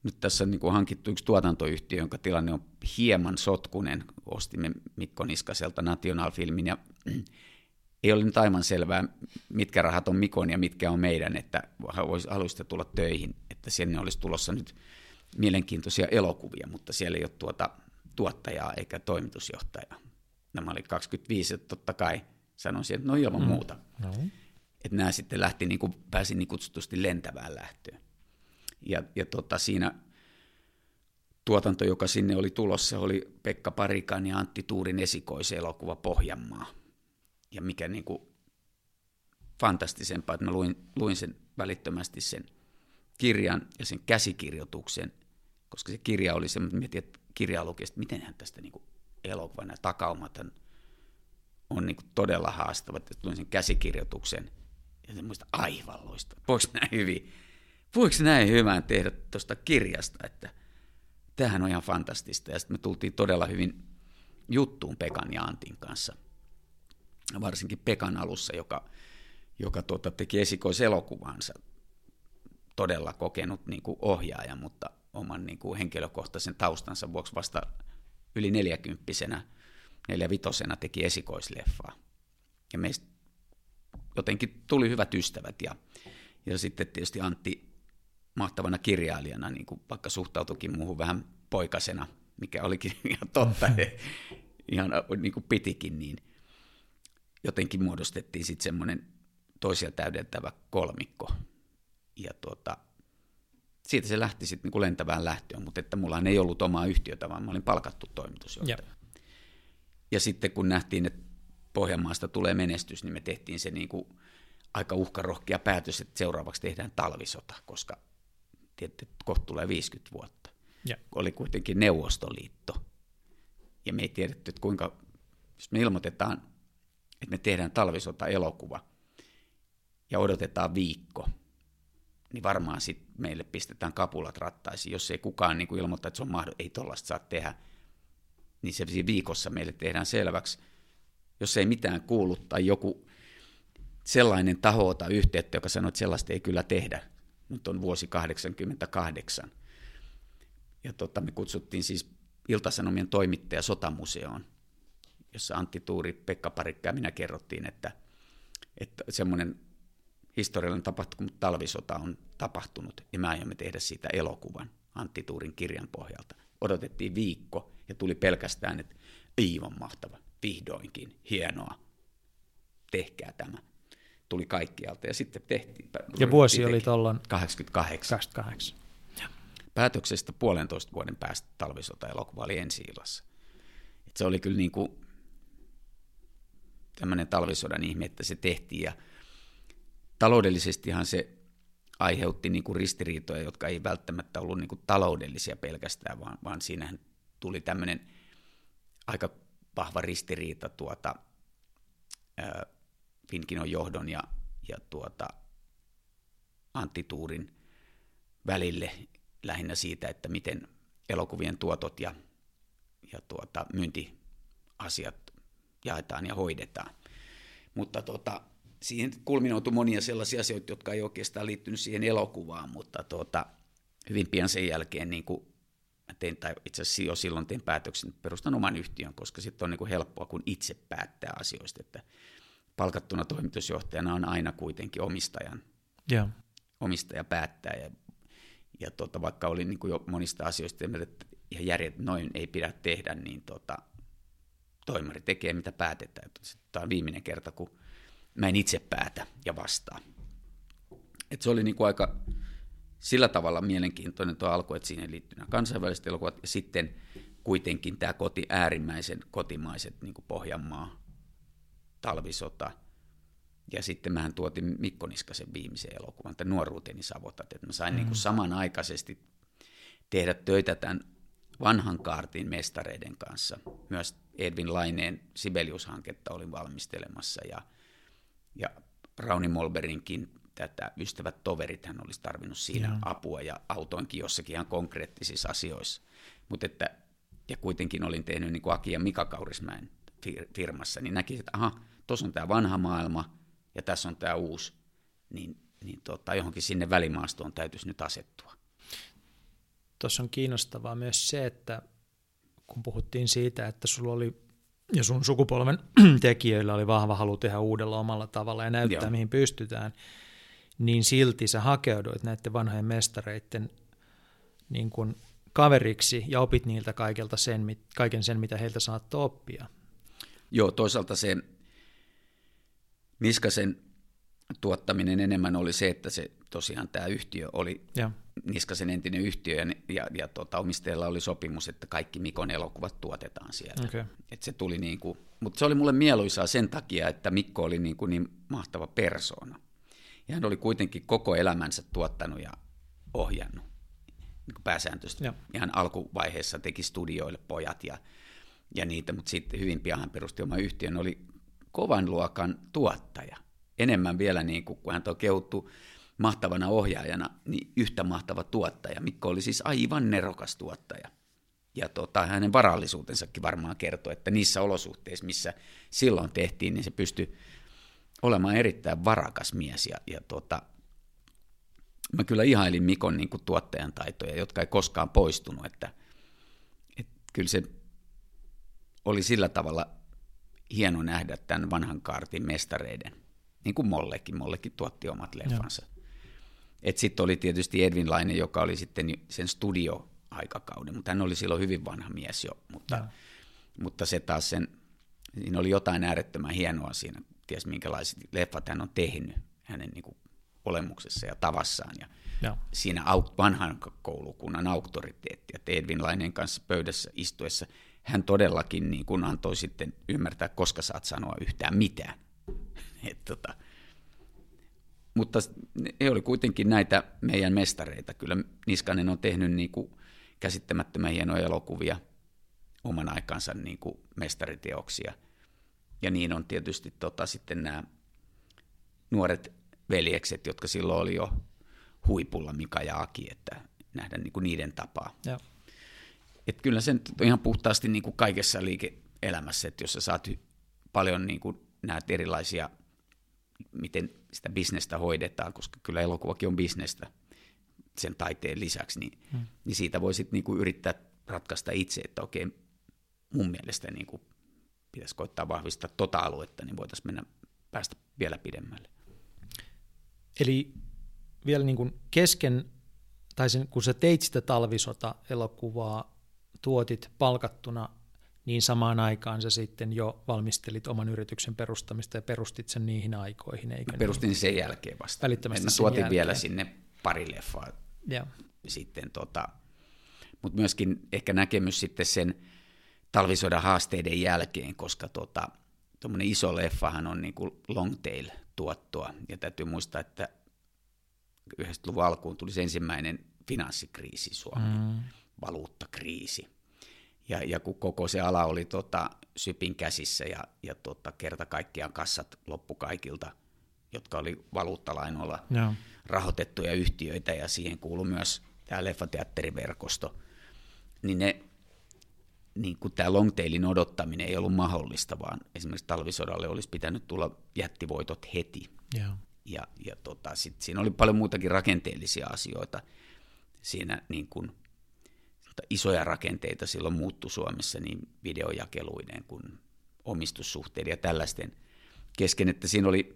nyt tässä on niin kuin hankittu yksi tuotantoyhtiö, jonka tilanne on hieman sotkunen. Ostimme Mikko Niskaselta National Filmin ja ei ole nyt aivan selvää, mitkä rahat on Mikon ja mitkä on meidän, että haluaisitte tulla töihin, että sinne olisi tulossa nyt mielenkiintoisia elokuvia, mutta siellä ei ole tuota tuottajaa eikä toimitusjohtajaa. Nämä oli kaksikymmentäviisi, että totta kai sanoisin, että no ilman mm. muuta. No. Että nämä sitten lähti, niin kuin, pääsi niin kutsutusti lentävään lähtöön. Ja, ja tota, siinä tuotanto, joka sinne oli tulossa, oli Pekka Parikan ja Antti Tuurin esikoiselokuva Pohjanmaa. Ja mikä niin kuin fantastisempaa, että mä luin, luin sen välittömästi sen kirjan ja sen käsikirjoituksen, koska se kirja oli semmoinen, mietin, että kirjaa luki, että mitenhän tästä niin kuin elokuvan ja takaumat on niin kuin todella haastavat. Että luin sen käsikirjoituksen ja se muista aivan loistava. Voiko näin hyvin, voiko näin hyvän tehdä tuosta kirjasta, että tämähän on ihan fantastista. Ja sitten me tultiin todella hyvin juttuun Pekan ja Antin kanssa. Varsinkin Pekan alussa, joka, joka tuota, teki esikoiselokuvansa, todella kokenut niin kuin ohjaaja, mutta oman niin kuin henkilökohtaisen taustansa vuoksi vasta yli neljäkymppisenä, neljävitosena teki esikoisleffaa. Ja meistä jotenkin tuli hyvät ystävät, ja, ja sitten tietysti Antti mahtavana kirjailijana, niin kuin vaikka suhtautuikin muuhun vähän poikasena, mikä olikin ihan totta, ihan niin kuin pitikin, niin jotenkin muodostettiin sitten semmoinen toisia täydentävä kolmikko. Ja tuota, siitä se lähti sitten niinku lentävään lähtöön, mutta että mulla ei ollut omaa yhtiötä, vaan mä olin palkattu toimitusjohtaja. Ja, ja sitten kun nähtiin, että Pohjanmaasta tulee menestys, niin me tehtiin se niinku aika uhkarohkea päätös, että seuraavaksi tehdään talvisota, koska tiedätte, että kohta tulee viisikymmentä vuotta. Ja. Oli kuitenkin Neuvostoliitto. Ja me ei tiedetty, että kuinka, jos me ilmoitetaan, että me tehdään talvisota-elokuva ja odotetaan viikko, niin varmaan sitten meille pistetään kapulat rattaisiin. Jos ei kukaan niin kuin ilmoittaa, että se on mahdollista, ei tollaista saa tehdä, niin se viikossa meille tehdään selväksi. Jos ei mitään kuulu tai joku sellainen taho ota yhteyttä, joka sanoo, että sellaista ei kyllä tehdä. Nyt on vuosi kahdeksankymmentäkahdeksan. Ja tota, me kutsuttiin siis Ilta-Sanomien toimittaja Sotamuseoon, jossa Antti Tuuri, Pekka Parikka ja minä kerrottiin, että, että semmoinen historiallinen tapahtuma, talvisota on tapahtunut, ja me aiomme tehdä siitä elokuvan Antti Tuurin kirjan pohjalta. Odotettiin viikko, ja tuli pelkästään, että aivan mahtava, vihdoinkin, hienoa, tehkää tämä. Tuli kaikkialta, ja sitten tehtiin. Ja vuosi oli tuolloin kahdeksankymmentäkahdeksan. kahdeksankymmentäkahdeksan. Päätöksestä puolentoista vuoden päästä talvisota-elokuva oli ensi-illassa. Et se oli kyllä niin kuin tämmöinen talvisodan ihme, että se tehtiin, ja taloudellisestihan se aiheutti niin kuin ristiriitoja, jotka ei välttämättä ollut niin kuin taloudellisia pelkästään, vaan, vaan siinähän tuli tämmöinen aika vahva ristiriita tuota, ää, Finkinon johdon ja, ja tuota, Antti Tuurin välille lähinnä siitä, että miten elokuvien tuotot ja, ja tuota, myyntiasiat jaetaan ja hoidetaan. Mutta tuota, siihen kulminoutui monia sellaisia asioita, jotka ei oikeastaan liittynyt siihen elokuvaan, mutta tuota, hyvin pian sen jälkeen niin kuin tein, tai itse asiassa jo silloin tein päätöksen, perustan oman yhtiön, koska sitten on niin kuin helppoa, kun itse päättää asioista, että palkattuna toimitusjohtajana on aina kuitenkin omistajan. Yeah. Omistaja päättää, ja, ja tuota, vaikka olin niin kuin jo monista asioista, että ihan järjet, noin ei pidä tehdä, niin tuota, toimari tekee mitä päätetään. Tämä on viimeinen kerta, kun mä en itse päätä ja vastaa. Et se oli niin kuin aika sillä tavalla mielenkiintoinen tuo alku, että siihen liittyy nämä kansainväliset elokuvat, ja sitten kuitenkin tämä koti, äärimmäisen kotimaiset, niin kuin Pohjanmaa, talvisota, ja sitten mähän tuotin Mikko Niskasen viimeisen elokuvan, tämän Nuoruuteni savotat, että mä sain mm. niin kuin samanaikaisesti tehdä töitä tämän vanhan kaartin mestareiden kanssa. Myös Edvin Laineen Sibelius-hanketta olin valmistelemassa, ja, ja Rauni Molberinkin tätä Ystävät toverit, hän olisi tarvinnut siinä yeah. apua, ja autoinkin jossakin ihan konkreettisissa asioissa. Mut että, ja kuitenkin olin tehnyt niin kuin Aki ja Mika Kaurismäen firmassa, niin näki, että aha, tuossa on tämä vanha maailma, ja tässä on tämä uusi, niin, niin tota, johonkin sinne välimaastoon täytyisi nyt asettua. tuossa on kiinnostavaa myös se, että kun puhuttiin siitä, että sulla oli ja sun sukupolven tekijöillä oli vahva halu tehdä uudella omalla tavalla ja näyttää, Joo. mihin pystytään, niin silti sä hakeuduit näiden vanhojen mestareiden niin kuin kaveriksi ja opit niiltä kaikelta sen, kaiken sen, mitä heiltä saattoi oppia. Joo, toisaalta se Niskasen tuottaminen enemmän oli se, että se tosiaan tämä yhtiö oli ja. Niskasen entinen yhtiö ja, ja, ja tota, omistajalla oli sopimus, että kaikki Mikon elokuvat tuotetaan siellä. Okay. Et se tuli niin kuin, mutta se oli mulle mieluisaa sen takia, että Mikko oli niin, kuin niin mahtava persoona. Ja hän oli kuitenkin koko elämänsä tuottanut ja ohjannut niin kuin pääsääntöisesti. Ja. Ihan alkuvaiheessa teki studioille pojat ja, ja niitä, mutta sitten hyvin pian hän perusti oma yhtiön, oli kovan luokan tuottaja. Enemmän vielä, niin kuin, kun hän on kehuttu mahtavana ohjaajana, niin yhtä mahtava tuottaja. Mikko oli siis aivan nerokas tuottaja. Ja tota, hänen varallisuutensakin varmaan kertoi, että niissä olosuhteissa, missä silloin tehtiin, niin se pystyi olemaan erittäin varakas mies. Ja, ja tota, mä kyllä ihailin Mikon niin kuin tuottajan taitoja, jotka ei koskaan poistunut. Että, että kyllä se oli sillä tavalla hieno nähdä tämän vanhan kaartin mestareiden. Niin kuin Mollekin. Mollekin tuotti omat leffansa. Sitten oli tietysti Edwin Laine, joka oli sitten sen studio-aikakauden, mutta hän oli silloin hyvin vanha mies jo. Mutta, mutta se taas sen, siinä oli jotain äärettömän hienoa siinä, ties minkälaiset leffat hän on tehnyt hänen niin kuin olemuksessa ja tavassaan. Ja ja. Siinä vanhan koulukunnan auktoriteetti, että Edwin Laineen kanssa pöydässä istuessa hän todellakin niin kuin antoi sitten ymmärtää, koska saat sanoa yhtään mitään. Et tota, mutta he oli kuitenkin näitä meidän mestareita. Kyllä Niskanen on tehnyt niin kuin käsittämättömän hienoja elokuvia oman aikansa niin kuin mestariteoksia. Ja niin on tietysti tota, sitten nämä nuoret veljekset, jotka silloin oli jo huipulla, Mika ja Aki, että nähdä niin kuin niiden tapaa. Ja. Et kyllä se on ihan puhtaasti niin kuin kaikessa liike-elämässä, että jos sä saat paljon niin kuin näet erilaisia, miten sitä bisnestä hoidetaan, koska kyllä elokuvakin on bisnestä sen taiteen lisäksi, niin, hmm. niin siitä voi sitten niinku yrittää ratkaista itse, että okei, mun mielestä niinku pitäisi koittaa vahvistaa tota aluetta, niin voitaisiin mennä päästä vielä pidemmälle. Eli vielä niin kuin kesken, tai sen, kun sä teit sitä Talvisota-elokuvaa, tuotit palkattuna, niin samaan aikaan sä sitten jo valmistelit oman yrityksen perustamista ja perustit sen niihin aikoihin, eikö? Mä perustin niin? Sen jälkeen vasta. Välittömästi mä sen tuotin jälkeen. Vielä sinne pari leffaa. Ja. Sitten tota, mutta myöskin ehkä näkemys sitten sen talvisodan haasteiden jälkeen, koska tota, tuommoinen iso leffahan on niin kuin long tail tuottoa, ja täytyy muistaa, että yhdeksänkymmentäluvun alkuun tuli se ensimmäinen finanssikriisi Suomeen, mm. valuuttakriisi. Ja, ja kun koko se ala oli tota, Sypin käsissä ja, ja tota, kerta kaikkiaan kassat loppu kaikilta, jotka oli valuuttalainoilla no. rahoitettuja yhtiöitä, ja siihen kuului myös tämä leffateatteriverkosto, niin, ne, niin kun tämä longtailin odottaminen ei ollut mahdollista, vaan esimerkiksi talvisodalle olisi pitänyt tulla jättivoitot heti. Yeah. Ja, ja tota, sit siinä oli paljon muitakin rakenteellisia asioita siinä niin kun, isoja rakenteita silloin muuttui Suomessa niin videojakeluiden kuin omistussuhteiden ja tällaisten kesken, että siinä oli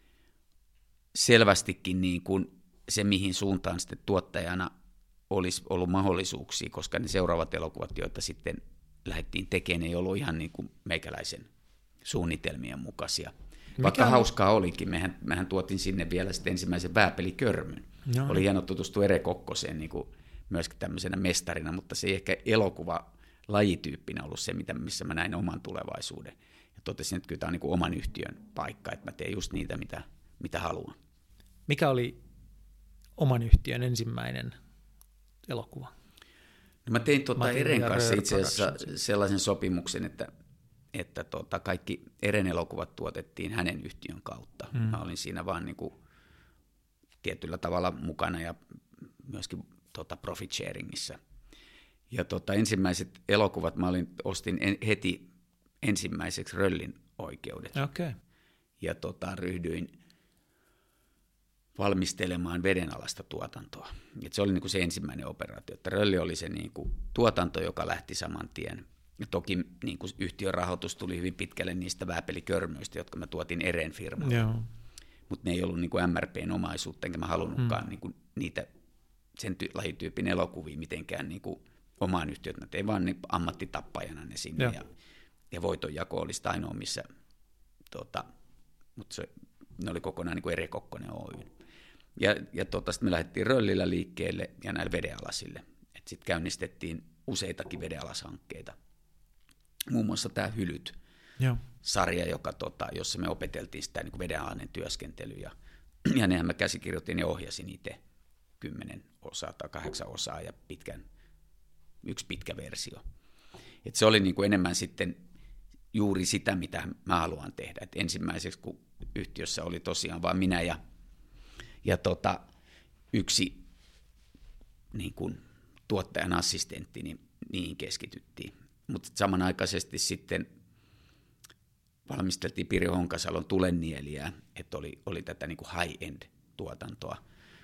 selvästikin niin kuin se, mihin suuntaan sitten tuottajana olisi ollut mahdollisuuksia, koska ne seuraavat elokuvat, joita sitten lähdettiin tekemään, ei ollut ihan niin kuin meikäläisen suunnitelmien mukaisia. Mikä Vaikka on? Hauskaa olikin, mehän, mehän tuotiin sinne vielä sitten ensimmäisen Vääpelikörmyn. No. Oli hieno tutustua Ere Kokkoseen niin kuin myöskin tämmöisenä mestarina, mutta se ei ehkä elokuva lajityyppinä ollut se, missä mä näin oman tulevaisuuden. Ja totesin, että kyllä tämä on niin kuin oman yhtiön paikka, että mä teen just niitä, mitä, mitä haluan. Mikä oli oman yhtiön ensimmäinen elokuva? No mä tein tuota Eren kanssa itse asiassa sellaisen sopimuksen, että, että tuota, kaikki Eren elokuvat tuotettiin hänen yhtiön kautta. Mm. Mä olin siinä vaan niin kuin tietyllä tavalla mukana ja myöskin tota, profit sharingissa. Ja tota, ensimmäiset elokuvat mä olin, ostin en, heti ensimmäiseksi Röllin oikeudet. Okay. Ja tota, ryhdyin valmistelemaan vedenalaista tuotantoa. Et se oli niin kuin se ensimmäinen operaatio, että Rölli oli se niin kuin tuotanto, joka lähti saman tien. Ja toki niin kuin yhtiön rahoitus tuli hyvin pitkälle niistä vääpelikörmöistä, jotka mä tuotin Eren firmalle. Mutta ne ei ollut niin kuin M R P:n omaisuutta, enkä mä halunnutkaan mm. niin kuin niitä sen ty- lajityypin elokuvia mitenkään niin kuin omaan yhtiöön. Mä tein vaan niin ammattitappajana ne sinne ja, ja voitonjako oli sitä ainoa, missä, tota, mutta se, ne oli kokonaan niin kuin Ere Kokkonen Oy. Ja, ja tota, sitten me lähdettiin Röllillä liikkeelle ja näillä vedealasille. Sitten käynnistettiin useitakin vedealashankkeita. Muun muassa tämä Hylyt-sarja, joka, tota, jossa me opeteltiin sitä niin kuin vedenalainen työskentely. Ja, ja nehän mä käsikirjoitin ja ohjasin itse kymmenen osaa tai kahdeksan osaa ja pitkän, yksi pitkä versio. Et se oli niin kuin enemmän sitten juuri sitä, mitä mä haluan tehdä. Et ensimmäiseksi, kun yhtiössä oli tosiaan vain minä ja, ja tota, yksi niin kuin tuottajan assistentti, niin niihin keskityttiin. Mutta samanaikaisesti sitten valmisteltiin Pirjo Honkasalon Tulennieliä, että oli, oli tätä niin kuin high-end-tuotantoa.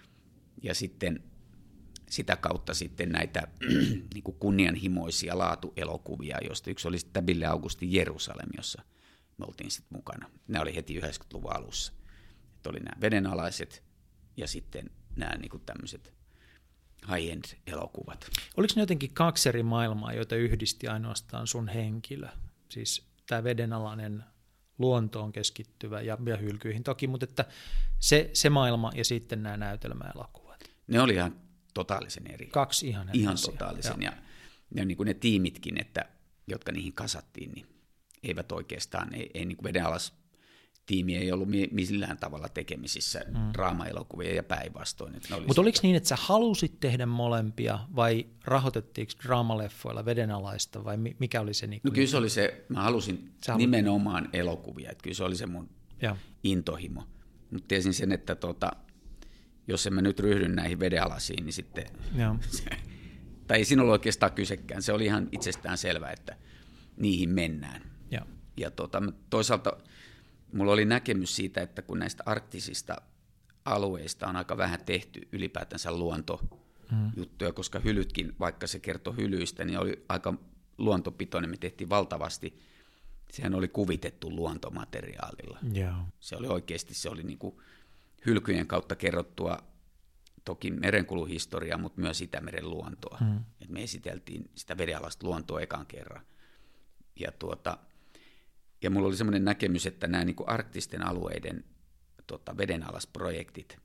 Ja sitten sitä kautta sitten näitä niin kuin kunnianhimoisia laatuelokuvia, joista yksi oli sitten Bille Augustin Jerusalem, jossa me oltiin sitten mukana. Nämä oli heti yhdeksänkymmentäluvun alussa. Että oli nämä vedenalaiset ja sitten nämä niin kuin tämmöiset high-end-elokuvat. Oliko ne jotenkin kaksi eri maailmaa, joita yhdisti ainoastaan sun henkilö? Siis tämä vedenalainen luontoon keskittyvä ja, ja hylkyihin toki, mutta että se, se maailma ja sitten nämä näytelmäelokuvat. Ne oli ihan totaalisen eri. Kaksi ihan eri Ihan asiaa. totaalisen. Ja, ja niin kuin ne tiimitkin, että, jotka niihin kasattiin, niin eivät oikeastaan, ei, ei niin kuin vedenalas tiimi ei ollut millään tavalla tekemisissä mm. draama-elokuvia ja päinvastoin. Mutta oliko niin, että sä halusit tehdä molempia vai rahoitettiinko draamaleffoilla vedenalaista vai mikä oli se? Niin no kyllä se oli se, mä halusin sä nimenomaan halusit elokuvia, että kyllä se oli se mun ja. intohimo. Mutta tiesin sen, että tota, jos en mä nyt ryhdy näihin vedenalaisiin, niin sitten, se, tai ei siinä ollut oikeastaan kysekään, se oli ihan itsestään selvä, että niihin mennään. Ja, ja tota, toisaalta mulla oli näkemys siitä, että kun näistä arktisista alueista on aika vähän tehty ylipäätänsä luontojuttuja, mm. koska Hylytkin, vaikka se kertoi hylyistä, niin oli aika luontopitoinen, me tehtiin valtavasti. Sehän oli kuvitettu luontomateriaalilla. Yeah. Se oli oikeasti, se oli niin kuin hylkyjen kautta kerrottua toki merenkuluhistoriaa, mutta myös Itämeren luontoa. Mm. Et me esiteltiin sitä vedenalaista luontoa ekan kerran. Ja tuota... Ja mulla oli semmoinen näkemys, että nämä niin kuin arktisten alueiden tota, vedenalasprojektit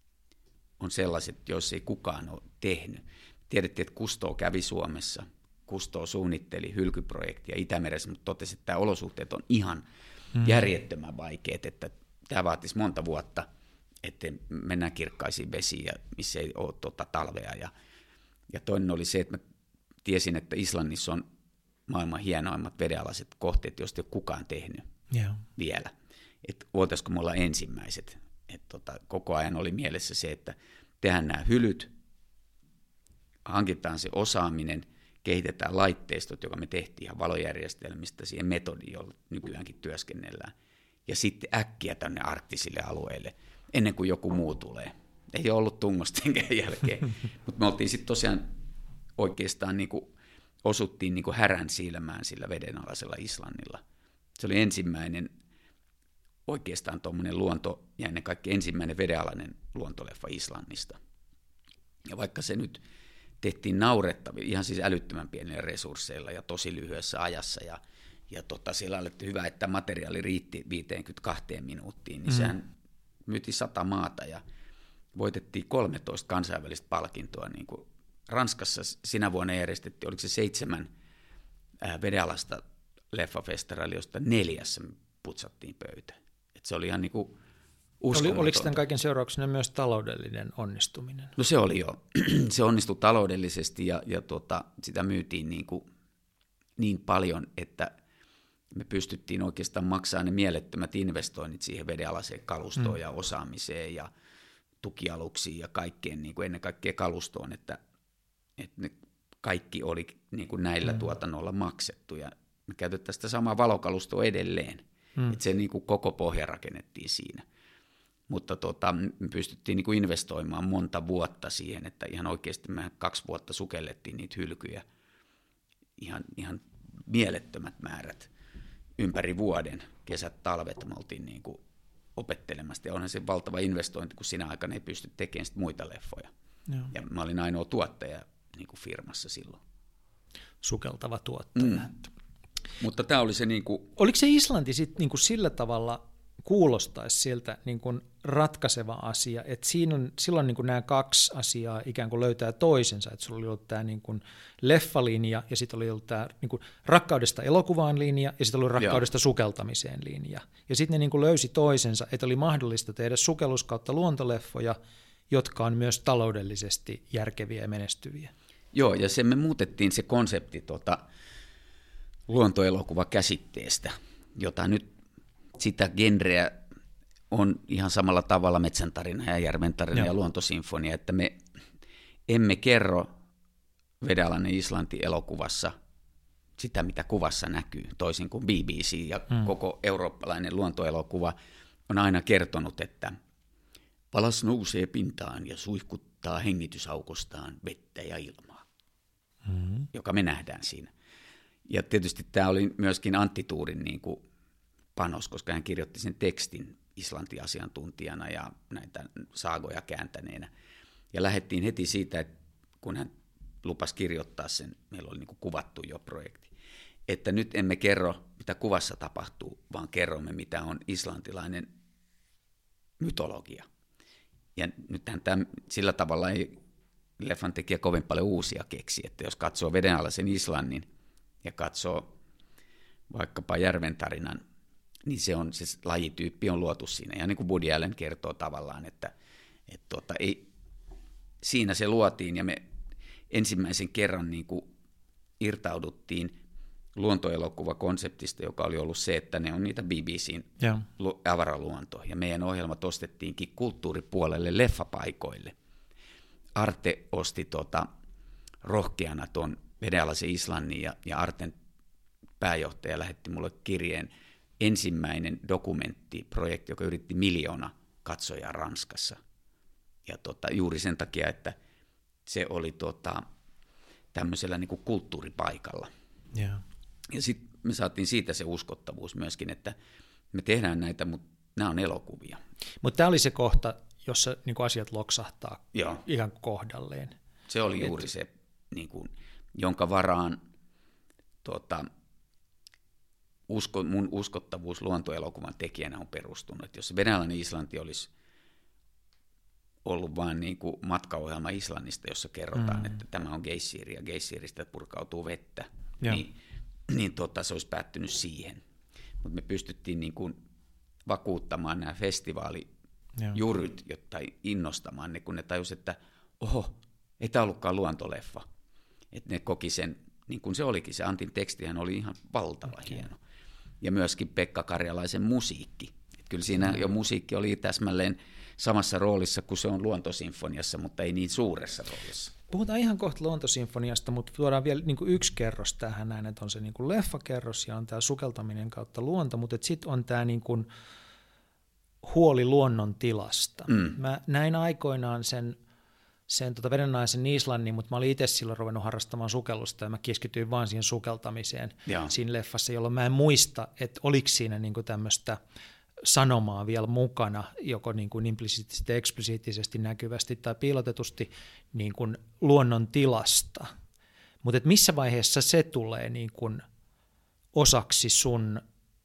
on sellaiset, joissa ei kukaan ole tehnyt. Tiedettiin, että Cousteau kävi Suomessa. Cousteau suunnitteli hylkyprojektia Itämeressä, mutta totesi, että tämä olosuhteet on ihan mm. järjettömän vaikeat, että tämä vaatisi monta vuotta, että mennään kirkkaisiin vesiin, ja missä ei ole tota, talvea. Ja, ja toinen oli se, että mä tiesin, että Islannissa on maailman hienoimmat vedenalaiset kohteet, joista ei ole kukaan tehnyt yeah. vielä. Että voitaisiko me olla ensimmäiset. Et tota, koko ajan oli mielessä se, että tehdään nämä hylyt, hankitaan se osaaminen, kehitetään laitteistot, joka me tehtiin ihan valojärjestelmistä siihen metodiin, jolla nykyäänkin työskennellään. Ja sitten äkkiä tänne arktisille alueille, ennen kuin joku muu tulee. Ei ole ollut tungostenkään jälkeen. Mutta me oltiin sitten tosiaan oikeastaan niin kuin osuttiin niin kuin härän silmään sillä vedenalaisella Islannilla. Se oli ensimmäinen oikeastaan tuommoinen luonto, ja ennen kaikkea ensimmäinen vedenalainen luontoleffa Islannista. Ja vaikka se nyt tehtiin naurettavia, ihan siis älyttömän pienillä resursseilla ja tosi lyhyessä ajassa, ja, ja tota, siellä oli hyvä, että materiaali riitti viiteenkymmeneenkahteen minuuttiin, niin mm. sehän myytiin sata maata, ja voitettiin kolmetoista kansainvälistä palkintoa, niin kuin Ranskassa sinä vuonna järjestettiin, oliko se seitsemän vedenalaista leffafestivaalia, josta neljässä putsattiin pöytä. Et se oli ihan niin kuin uskomatonta. Oliko tämän kaiken seurauksena myös taloudellinen onnistuminen? No se oli jo. Se onnistui taloudellisesti ja, ja tuota, sitä myytiin niin, kuin niin paljon, että me pystyttiin oikeastaan maksamaan ne mielettömät investoinnit siihen vedenalaiseen kalustoon mm. ja osaamiseen ja tukialuksiin ja kaikkeen, niin kuin ennen kaikkea kalustoon, että että ne kaikki oli niin kuin näillä mm. tuotannolla maksettu, ja me käytetään sitä samaa valokalustoa edelleen, mm. että se niin kuin koko pohja rakennettiin siinä. Mutta tota, me pystyttiin niin kuin investoimaan monta vuotta siihen, että ihan oikeasti me kaksi vuotta sukellettiin niitä hylkyjä, ihan, ihan mielettömät määrät ympäri vuoden, kesät, talvet, me oltiin niin kuin opettelemassa. Ja onhan se valtava investointi, kun sinä aikana ei pysty tekemään sit muita leffoja. Joo. Ja mä olin ainoa tuottaja niin kuin firmassa silloin. Sukeltava tuottaja. Mm. Mutta tämä oli se niin kuin... Oliko se Islanti sitten niin kuin sillä tavalla kuulostaisi siltä niin kuin ratkaiseva asia, että siinä on, silloin niin kuin nämä kaksi asiaa ikään kuin löytää toisensa, että sulla oli ollut tämä niin kuin leffalinja ja sitten oli ollut tämä niin kuin rakkaudesta elokuvaan linja ja sitten oli rakkaudesta Joo. sukeltamiseen linja. Ja sitten ne niin kuin löysi toisensa, että oli mahdollista tehdä sukellus kautta luontoleffoja, jotka on myös taloudellisesti järkeviä ja menestyviä. Joo, ja se me muutettiin se konsepti tuota luontoelokuvakäsitteestä, jota nyt sitä genreä on ihan samalla tavalla metsäntarina ja järventarina ja luontosinfonia, että me emme kerro Vedenalainen Islanti -elokuvassa sitä, mitä kuvassa näkyy, toisin kuin B B C ja mm. koko eurooppalainen luontoelokuva on aina kertonut, että palas nousee pintaan ja suihkuttaa hengitysaukostaan vettä ja ilmaa, mm. joka me nähdään siinä. Ja tietysti tämä oli myöskin Antti Tuurin niin kuin panos, koska hän kirjoitti sen tekstin Islanti-asiantuntijana ja näitä saagoja kääntäneenä. Ja lähdettiin heti siitä, että kun hän lupasi kirjoittaa sen, meillä oli niin kuin kuvattu jo projekti, että nyt emme kerro, mitä kuvassa tapahtuu, vaan kerromme, mitä on islantilainen mytologia. Ja nythän tämä, sillä tavalla ei leffan tekijä kovin paljon uusia keksi, että jos katsoo Vedenalaisen Islannin ja katsoo vaikkapa Järventarinan, niin se on, se lajityyppi on luotu siinä. Ja niin kuin Woody Allen kertoo tavallaan, että, että tuota, ei, siinä se luotiin ja me ensimmäisen kerran niin kuin irtauduttiin luontoelokuvakonseptista, joka oli ollut se, että ne on niitä B B C:n yeah. avaraluonto. Ja meidän ohjelmat ostettiinkin kulttuuripuolelle leffapaikoille. Arte osti tota, rohkeana tuon Vedenalaisen Islannin ja, ja Arten pääjohtaja lähetti mulle kirjeen ensimmäinen dokumenttiprojekti, joka yritti miljoona katsojaa Ranskassa. Ja tota, juuri sen takia, että se oli tota, tämmöisellä niin kuin kulttuuripaikalla. Yeah. Ja sitten me saatiin siitä se uskottavuus myöskin, että me tehdään näitä, mutta nämä on elokuvia. Mutta tämä oli se kohta, jossa niin kuin asiat loksahtaa Joo. ihan kohdalleen. Se oli juuri Et... se, niin kuin, jonka varaan tota, usko, mun uskottavuus luontoelokuvan tekijänä on perustunut. Et jos se Vedenalainen Islanti olisi ollut vain niin kuin matkaohjelma Islannista, jossa kerrotaan, mm. että tämä on geissiiri ja geissiiristä purkautuu vettä, Joo. niin, niin tota, se olisi päättynyt siihen. Mutta me pystyttiin niin kuin vakuuttamaan nämä festivaalijuryt, jotta innostamaan ne, kun ne tajusivat, että oho, ei tämä ollutkaan luontoleffa. Että ne koki sen, niin kuin se olikin, se Antin tekstihän oli ihan valtava okay. hieno. Ja myöskin Pekka Karjalaisen musiikki. Et kyllä siinä mm. jo musiikki oli täsmälleen samassa roolissa kuin se on luontosinfoniassa, mutta ei niin suuressa roolissa. Puhutaan ihan kohta luontosinfoniasta, mutta tuodaan vielä niin kuin yksi kerros tähän näin, että on se niin kuin leffakerros ja on tämä sukeltaminen kautta luonto, mutta sitten on tämä niin kuin huoli luonnon tilasta. Mm. Mä näin aikoinaan sen, sen tota Vedenalaisen Islannin, mutta mä olin itse silloin ruvennut harrastamaan sukellusta ja mä keskityin vaan siihen sukeltamiseen Jaa. siinä leffassa, jolloin mä en muista, että oliko siinä niin kuin tämmöistä sanomaa vielä mukana, joko niin kuin implisiittisesti, eksplisiittisesti, näkyvästi tai piilotetusti niin kuin luonnon tilasta. Mutta missä vaiheessa se tulee niin kuin osaksi sun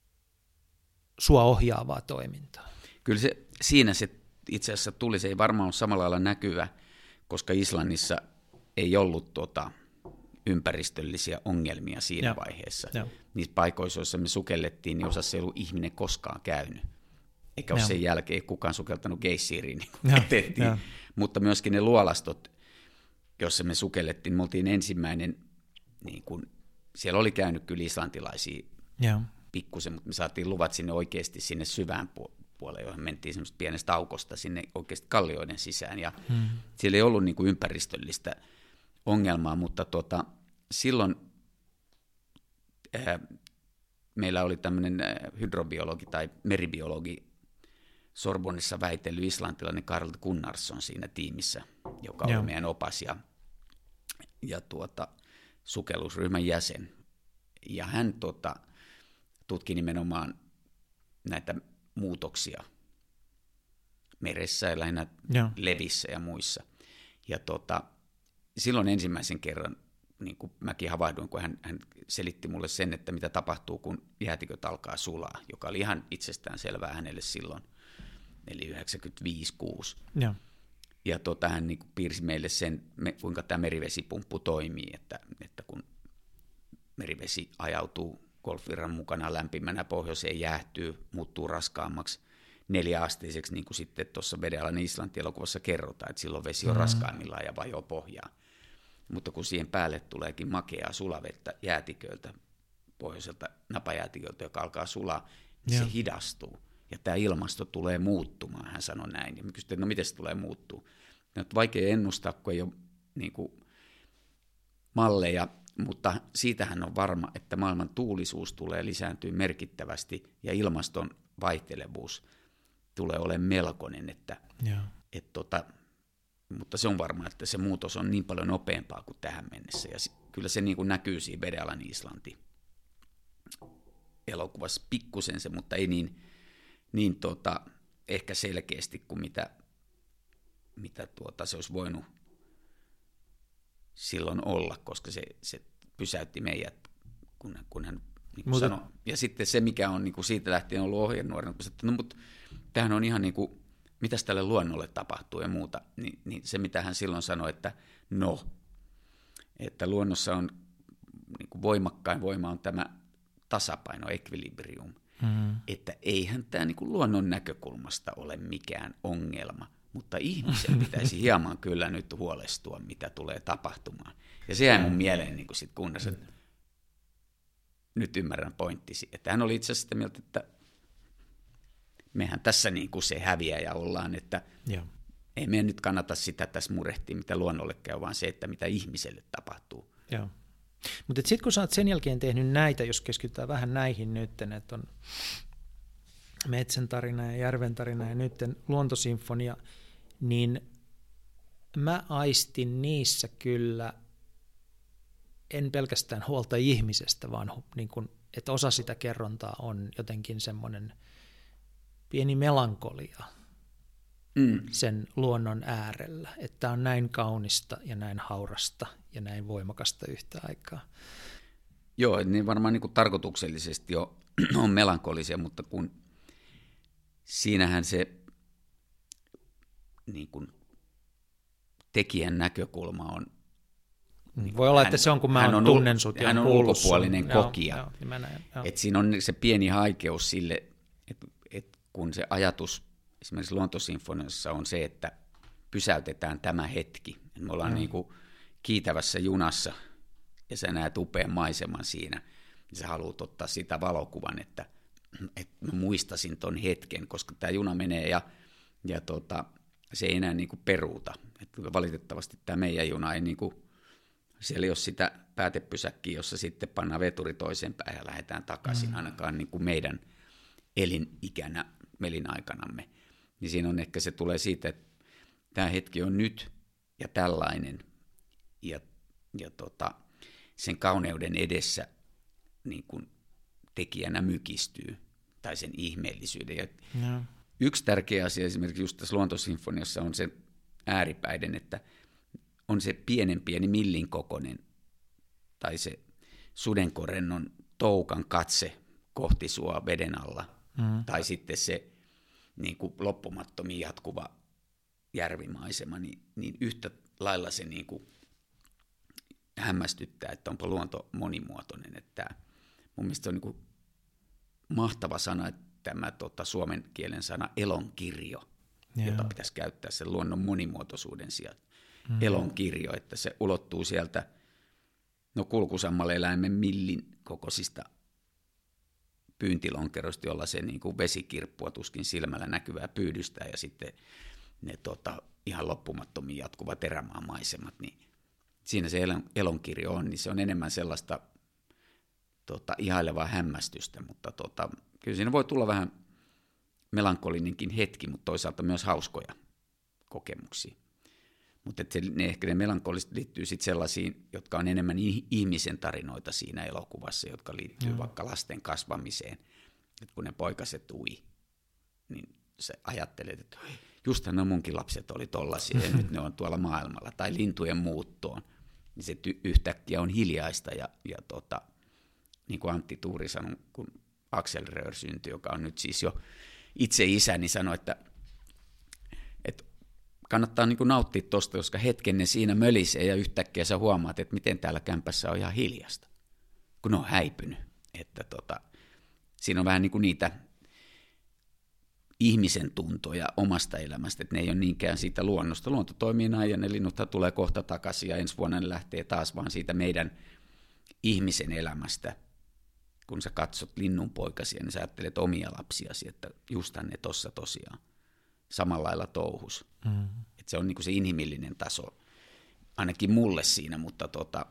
sua ohjaavaa toimintaa? Kyllä se, siinä se itse asiassa tuli, se ei varmaan ole samalla lailla näkyvä, koska Islannissa ei ollut tota ympäristöllisiä ongelmia siinä ja. vaiheessa. Ja. Niissä paikoissa, joissa me sukellettiin, niin osassa ei ollut ihminen koskaan käynyt. Eikä ole ja. sen jälkeen kukaan sukeltanut geissiiriin, niin kuin me tehtiin. Ja. Mutta myöskin ne luolastot, joissa me sukellettiin, me oltiin ensimmäinen, niin kuin, siellä oli käynyt kyllä islantilaisia ja. pikkusen, mutta me saatiin luvat sinne oikeasti sinne syvään puolelle, johon mentiin semmoista pienestä aukosta sinne oikeasti kallioiden sisään. Ja hmm. siellä ei ollut niin kuin ympäristöllistä ongelmaa, mutta tota, silloin ää, meillä oli tämmöinen hydrobiologi tai meribiologi Sorbonnessa väitellyt islantilainen Karl Gunnarsson siinä tiimissä, joka Joo. oli meidän opas ja, ja tuota, sukellusryhmän jäsen. Ja hän tota, tutki nimenomaan näitä muutoksia meressä ja lähinnä Joo. levissä ja muissa. Ja tota, silloin ensimmäisen kerran niin kuin mäkin havahduin, kun hän, hän selitti mulle sen, että mitä tapahtuu, kun jäätiköt alkaa sulaa, joka oli ihan itsestään selvää hänelle silloin, eli yhdeksänkymmentäviisi kuusi. Joo. Ja tota, hän niin kuin piirsi meille sen, me, kuinka tämä merivesipumppu toimii, että, että kun merivesi ajautuu golfvirran mukana lämpimänä pohjoiseen, jäähtyy, muuttuu raskaammaksi neljäasteiseksi, niin kuin sitten tuossa Vedenalainen Islanti-elokuvassa kerrotaan, että silloin vesi on mm. raskaimmillaan ja vajoaa pohjaan. Mutta kun siihen päälle tuleekin makeaa sulavettä jäätiköiltä, pohjoiselta napajäätiköltä, joka alkaa sulaa, niin se hidastuu. Ja tämä ilmasto tulee muuttumaan, hän sanoi näin. Ja mä kysyin, että no miten se tulee muuttua? No, vaikea ennustaa, kun ei ole niin kuin malleja, mutta siitähän on varma, että maailman tuulisuus tulee lisääntyä merkittävästi ja ilmaston vaihtelevuus tulee olemaan melkoinen. Että, et tota, mutta se on varma, että se muutos on niin paljon nopeampaa kuin tähän mennessä. Ja kyllä se niin kuin näkyy siinä Vedenalainen Islanti elokuvassa pikkusen se, mutta ei niin, niin tota, ehkä selkeästi kuin mitä, mitä tuota, se olisi voinut silloin olla, koska se, se pysäytti meidät, kun, kun hän niin kuin sanoi. Ja sitten se, mikä on niin kuin siitä lähtien ollut ohjenuorana, että no, mutta tämähän on ihan niin kuin, mitäs tälle luonnolle tapahtuu ja muuta, niin, niin se, mitä hän silloin sanoi, että no, että luonnossa on niin kuin voimakkain voima on tämä tasapaino, equilibrium, mm-hmm. että eihän tämä niin kuin luonnon näkökulmasta ole mikään ongelma, mutta ihmisen pitäisi hieman kyllä nyt huolestua, mitä tulee tapahtumaan. Ja se jäi mun mieleen niin kuin sit kunnassa, että nyt ymmärrän pointtisi, että hän oli itse asiassa sitä mieltä, että mehän tässä niin kuin se häviäjä ollaan, että Joo. ei meidän nyt kannata sitä tässä murehtia, mitä luonnolle käy, vaan se, että mitä ihmiselle tapahtuu. Joo. Mutta sitten kun sä oot sen jälkeen tehnyt näitä, jos keskitytään vähän näihin nyt, että on Metsän tarina ja Järven tarina ja nyt Luontosinfonia, niin mä aistin niissä kyllä, en pelkästään huolta ihmisestä, vaan niin kun, että osa sitä kerrontaa on jotenkin semmoinen pieni melankolia mm. sen luonnon äärellä, että on näin kaunista ja näin haurasta ja näin voimakasta yhtä aikaa. Joo, niin varmaan niin kuin tarkoituksellisesti jo on melankolisia, mutta kun siinähän se niin kuin tekijän näkökulma on. Niin Voi olla, hän, että se on, kun mä on tunnen sut ja hän on ulkopuolinen sun. kokija. Joo, joo, näin, et siinä on se pieni haikeus sille, että et kun se ajatus esimerkiksi Luontosinfoniassa on se, että pysäytetään tämä hetki. Me ollaan mm. niin kuin kiitävässä junassa ja sä näet upean maiseman siinä. Ja sä haluat ottaa sitä valokuvan, että, että mä muistasin ton hetken, koska tämä juna menee ja, ja tota, se ei enää niin kuin peruuta. Että valitettavasti tämä meidän juna ei, niin kuin, siellä ei ole sitä päätepysäkkiä, jossa sitten pannaan veturi toiseen päin ja lähdetään takaisin, mm. ainakaan niin kuin meidän elinikänä, elinaikanamme. Niin siinä on ehkä se tulee siitä, että tämä hetki on nyt ja tällainen, ja, ja tota, sen kauneuden edessä niin kuin tekijänä mykistyy, tai sen ihmeellisyyden. Ja no. Yksi tärkeä asia esimerkiksi just tässä Luontosinfoniassa on se ääripäiden, että on se pienen pieni millin kokoinen, tai se sudenkorennon toukan katse kohti sua veden alla, mm. tai sitten se niin kuin loppumattomiin jatkuva järvimaisema, niin, niin yhtä lailla se niin kuin hämmästyttää, että onpa luonto monimuotoinen. Että mun mielestä se on niin kuin mahtava sana, että tämä tota, suomen kielen sana elonkirjo, Joo. jota pitäisi käyttää sen luonnon monimuotoisuuden sieltä. Mm. Elonkirjo, että se ulottuu sieltä no kulkusammalle eläimen millin kokoisista pyyntilonkeroista, jolla se niin kuin vesikirppua tuskin silmällä näkyvää pyydystää, ja sitten ne tota, ihan loppumattomiin jatkuvat erämaan maisemat, niin siinä se elonkirjo on, niin se on enemmän sellaista tota, ihailevaa hämmästystä, mutta tota, kyllä siinä voi tulla vähän melankolinenkin hetki, mutta toisaalta myös hauskoja kokemuksia. Mutta ne ehkä ne melankoliset liittyy sitten sellaisiin, jotka on enemmän ihmisen tarinoita siinä elokuvassa, jotka liittyy mm. vaikka lasten kasvamiseen. Et kun ne poikaset ui, niin sä ajattelet, että justhan no munkin lapset oli tollaisia ja nyt ne on tuolla maailmalla. Tai lintujen muuttoon, niin se ty- yhtäkkiä on hiljaista. Ja, ja tota, niin kuin Antti Tuuri sanoi, kun Axel Röhr syntyi, joka on nyt siis jo itse isä, niin sanoi, että, että kannattaa niin kuin nauttia tuosta, koska hetken ne siinä mölisee ja yhtäkkiä sä huomaat, että miten täällä kämpässä on ihan hiljasta, kun ne on häipynyt. Että tota, siinä on vähän niin kuin niitä ihmisen tuntoja omasta elämästä, että ne ei ole niinkään siitä luonnosta. Luonto toimii näin ja ne linnuthan tulee kohta takaisin ja ensi vuonna ne lähtee taas vaan siitä meidän ihmisen elämästä. Kun sä katsot linnunpoikasia, niin sä ajattelet omia lapsiasi, että justhan ne tossa tosiaan samalla lailla touhus. Mm. Että se on niin kuin se inhimillinen taso, ainakin mulle siinä, mutta tota,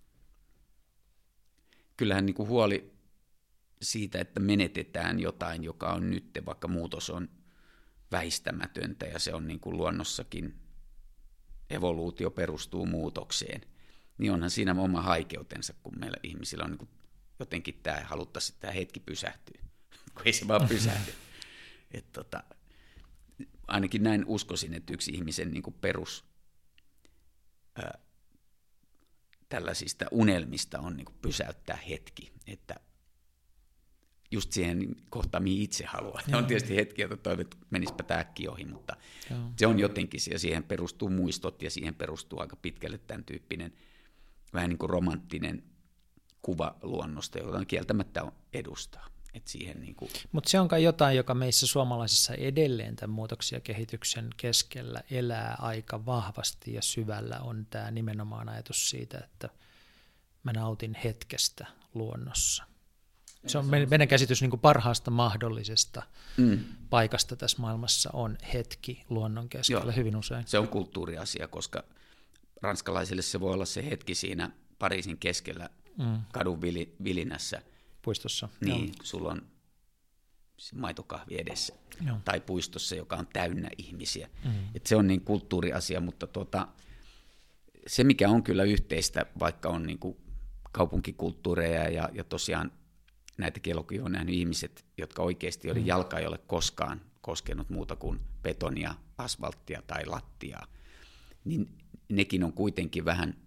kyllähän niin kuin huoli siitä, että menetetään jotain, joka on nyt, vaikka muutos on väistämätöntä ja se on niin kuin luonnossakin, evoluutio perustuu muutokseen, niin onhan siinä oma haikeutensa, kun meillä ihmisillä on niin kuin jotenkin tämä, haluttaisiin, että tämä hetki pysähtyy, kun ei se vaan pysähdy. Et tota, ainakin näin uskoisin, että yksi ihmisen niin kuin perus ää, tällaisista unelmista on niin kuin pysäyttää hetki, että just siihen kohtaan, mihin itse haluaa. Ja on tietysti hetki, jota toivon, että menisipä tämä äkki ohi, mutta Joo. se on jotenkin, ja siihen perustuu muistot, ja siihen perustuu aika pitkälle tämän tyyppinen vähän niin kuin romanttinen kuva luonnosta, jota kieltämättä on edustaa. Niin kuin mutta se on kai jotain, joka meissä suomalaisissa edelleen tämän muutoksen ja kehityksen keskellä elää aika vahvasti ja syvällä, on tämä nimenomaan ajatus siitä, että mä nautin hetkestä luonnossa. Se on meidän käsitys niin kuin parhaasta mahdollisesta mm. paikasta tässä maailmassa on hetki luonnon keskellä. Joo, hyvin usein. Se on kulttuuriasia, koska ranskalaisille se voi olla se hetki siinä Pariisin keskellä mm. kadun vilinässä. Puistossa. Niin, Joo. sulla on maitokahvi edessä. Joo. Tai puistossa, joka on täynnä ihmisiä. Mm. Et se on niin kulttuuriasia, mutta tuota, se mikä on kyllä yhteistä, vaikka on niin kuin kaupunkikulttuureja ja, ja tosiaan näitäkin elokuvia on nähnyt ihmiset, jotka oikeasti, joiden jalka ei ole koskaan koskenut muuta kuin betonia, asfalttia tai lattiaa, niin nekin on kuitenkin vähän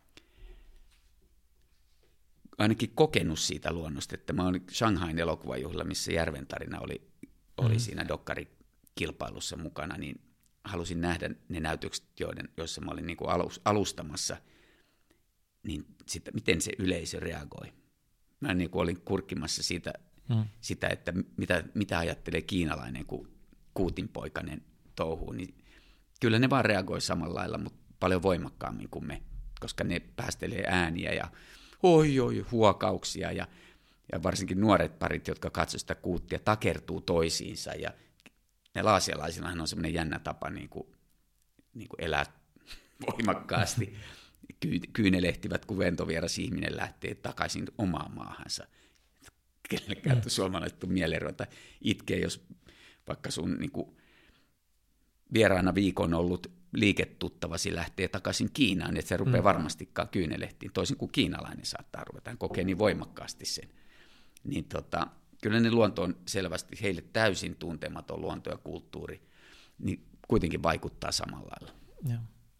ainakin kokenut siitä luonnosta, että mä olin Shanghain elokuvajuhlilla, missä Järven tarina oli, oli mm. siinä dokkarikilpailussa mukana, niin halusin nähdä ne näytökset, joiden, joissa mä olin niin kuin alustamassa, niin sitä, miten se yleisö reagoi. Mä niin kuin olin kurkkimassa siitä, mm. sitä, että mitä, mitä ajattelee kiinalainen, kun kuutinpoikainen touhuu, niin kyllä ne vaan reagoi samalla lailla, mutta paljon voimakkaammin kuin me, koska ne päästelee ääniä ja oi, oi, huokauksia ja, ja varsinkin nuoret parit, jotka katsovat sitä kuuttia, takertuu toisiinsa ja ne laasialaisillahan on semmoinen jännä tapa niin kuin, niin kuin elää voimakkaasti. Ky- kyynelehtivät, kun ventovieras ihminen lähtee takaisin omaan maahansa. Kenellekään mm. suomalaiset on mieleen ruveta itkee, jos vaikka sun niin kuin, vieraana viikon ollut liiketuttavasi lähtee takaisin Kiinaan, että se rupeaa mm. varmastikaan kyynelehtiin, toisin kuin kiinalainen saattaa ruveta, hän kokee niin voimakkaasti sen. Niin tota, kyllä ne luonto on selvästi heille täysin tuntematon luonto ja kulttuuri, niin kuitenkin vaikuttaa samalla lailla. Joo.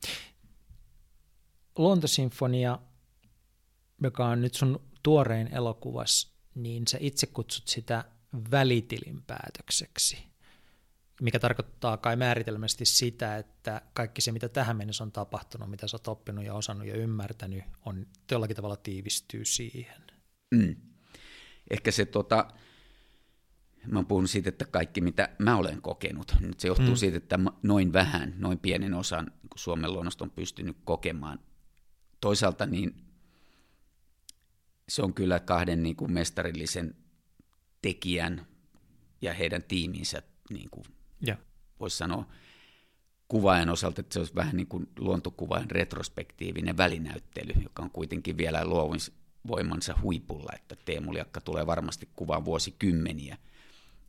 Luontosinfonia, joka on nyt sun tuorein elokuvas, niin sä itse kutsut sitä välitilinpäätökseksi, mikä tarkoittaa kai määritelmästi sitä, että kaikki se, mitä tähän mennessä on tapahtunut, mitä sä oot oppinut ja osannut ja ymmärtänyt, on jollakin tavalla tiivistyy siihen. Mm. Ehkä se, tota, mä oon puhunut siitä, että kaikki mitä mä olen kokenut, nyt se johtuu mm. siitä, että noin vähän, noin pienen osan Suomen luonnosta on pystynyt kokemaan. Toisaalta niin se on kyllä kahden niin kuin mestarillisen tekijän ja heidän tiiminsä, niin kuin yeah. voisi sanoa kuvaajan osalta, että se olisi vähän niin kuin luontokuvaajan retrospektiivinen välinäyttely, joka on kuitenkin vielä luovuusvoimansa huipulla, että Teemu Liakka tulee varmasti kuvaan vuosikymmeniä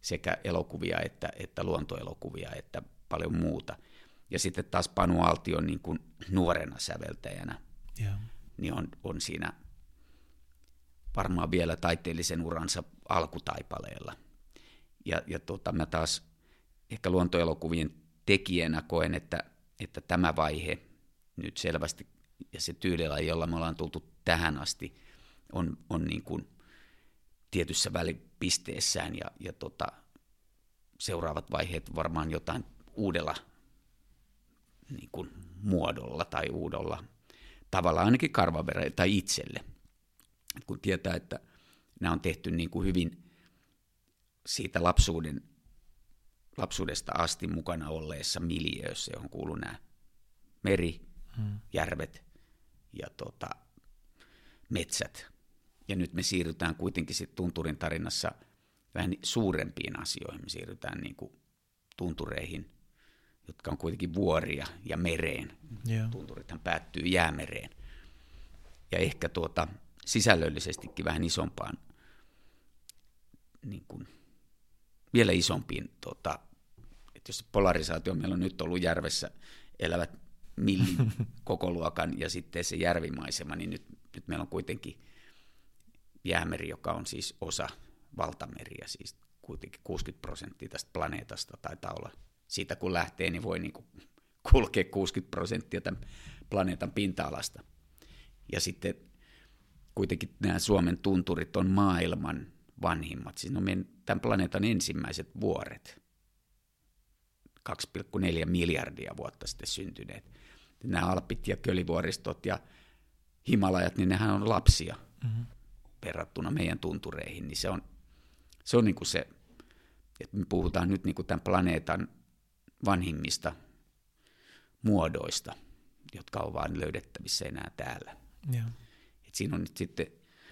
sekä elokuvia että, että luontoelokuvia että paljon muuta. Ja sitten taas Panu Aaltio niin kuin nuorena säveltäjänä yeah. niin on, on siinä varmaan vielä taiteellisen uransa alkutaipaleella. Ja, ja tota, mä taas ehkä luontoelokuvien tekijänä koen, että, että tämä vaihe nyt selvästi, ja se tyylilaji, jolla me ollaan tultu tähän asti, on, on niin kuin tietyssä välipisteessään, ja, ja tota, seuraavat vaiheet varmaan jotain uudella niin kuin muodolla tai uudella tavalla, ainakin Karvaverelle tai itselle. Kun tietää, että nämä on tehty niin kuin hyvin siitä lapsuuden, lapsuudesta asti mukana olleessa miljöössä, johon kuuluu nämä meri, hmm. järvet ja tota, metsät. Ja nyt me siirrytään kuitenkin sit tunturin tarinassa vähän suurempiin asioihin. Me siirrytään niin kuin tuntureihin, jotka on kuitenkin vuoria ja mereen. Yeah. Tunturithan päättyy jäämereen. Ja ehkä tuota, sisällöllisestikin vähän isompaan, niin kuin, vielä isompiin, tuota, että jos polarisaatio meillä on nyt ollut järvessä elävät millin kokoluokan ja sitten se järvimaisema, niin nyt, nyt meillä on kuitenkin jäämeri, joka on siis osa valtameriä, siis kuitenkin kuusikymmentä prosenttia tästä planeetasta taitaa olla. Siitä kun lähtee, niin voi niin kuin kulkea kuusikymmentä prosenttia tämän planeetan pinta-alasta. Ja sitten kuitenkin nämä Suomen tunturit on maailman vanhimmat, siis ne on meidän, tämän planeetan ensimmäiset vuoret, kaksi pilkku neljä miljardia vuotta sitten syntyneet. Nämä Alpit ja Kölivuoristot ja Himalajat, niin nehän on lapsia mm-hmm. verrattuna meidän tuntureihin, niin se on, se on niin kuin se, että me puhutaan nyt niin kuin tämän planeetan vanhimmista muodoista, jotka on vain löydettävissä enää täällä. Yeah. Et siinä on nyt sitten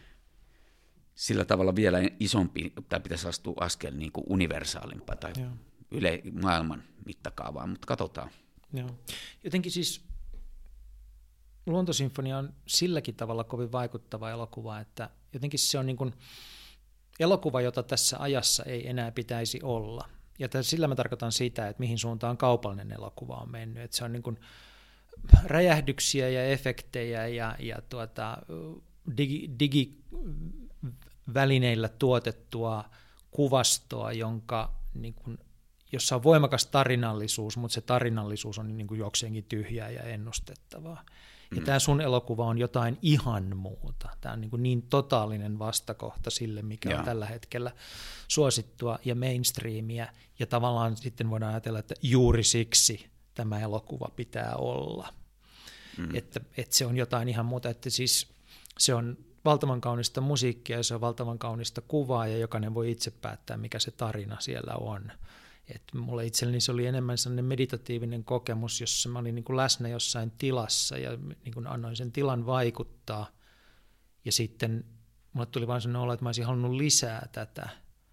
sillä tavalla vielä isompi, tai pitäisi astua askel niin kuin universaalimpaa tai yeah. yle, maailman mittakaavaa, mutta katsotaan. Yeah. Jotenkin siis Luontosinfonia on silläkin tavalla kovin vaikuttava elokuva, että jotenkin se on niin kuin elokuva, jota tässä ajassa ei enää pitäisi olla. Ja sillä mä tarkoitan sitä, että mihin suuntaan kaupallinen elokuva on mennyt. Että se on niin kuin räjähdyksiä ja efektejä ja, ja tuota, digi, digivälineillä tuotettua kuvastoa, jonka, niin kuin, jossa on voimakas tarinallisuus, mutta se tarinallisuus on niin kuin jokseenkin tyhjää ja ennustettavaa. Ja mm. tämä sun elokuva on jotain ihan muuta. Tämä on niin, kuin niin totaalinen vastakohta sille, mikä Jaa. on tällä hetkellä suosittua ja mainstreamia. Ja tavallaan sitten voidaan ajatella, että juuri siksi tämä elokuva pitää olla. Mm. Että, että se on jotain ihan muuta. Että siis se on valtavan kaunista musiikkia ja se on valtavan kaunista kuvaa ja jokainen voi itse päättää, mikä se tarina siellä on. Että mulle itselleni se oli enemmän sellainen meditatiivinen kokemus, jossa mä olin niin kuin läsnä jossain tilassa ja niin kuin annoin sen tilan vaikuttaa. Ja sitten mulle tuli vaan sellainen olo, että mä olisin halunnut lisää tätä.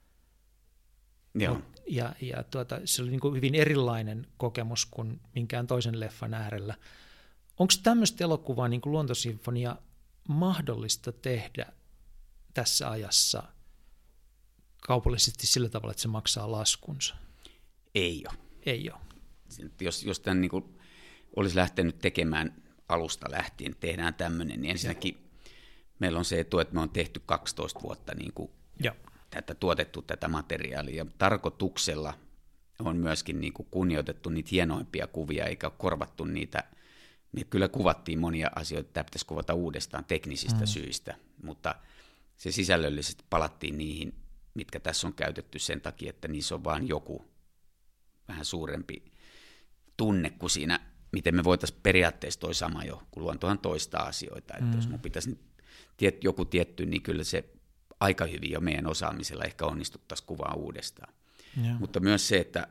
Joo. Ja, ja tuota, se oli niin kuin hyvin erilainen kokemus kuin minkään toisen leffan äärellä. Onko tämmöistä elokuvaa niin kuin Luontosinfonia mahdollista tehdä tässä ajassa kaupallisesti sillä tavalla, että se maksaa laskunsa? Ei ole. Ei ole. Jos, jos tämän niin kuin olisi lähtenyt tekemään alusta lähtien, tehdään tämmöinen, niin ensinnäkin meillä on se etu, että me on tehty kaksitoista vuotta niin kuin tätä, tuotettu tätä materiaalia. Ja tarkoituksella on myöskin niin kuin kunnioitettu niitä hienoimpia kuvia, eikä korvattu niitä. Me kyllä kuvattiin monia asioita, tämä pitäisi kuvata uudestaan teknisistä mm. syistä, mutta se sisällöllisesti palattiin niihin, mitkä tässä on käytetty sen takia, että niissä on vaan joku vähän suurempi tunne kuin siinä, miten me voitaisiin periaatteessa toi sama jo, kun luontohan toistaa asioita. Että mm. jos mun pitäisi tiet, joku tietty, niin kyllä se aika hyvin jo meidän osaamisella ehkä onnistuttaisiin kuvaa uudestaan. Ja. Mutta myös se, että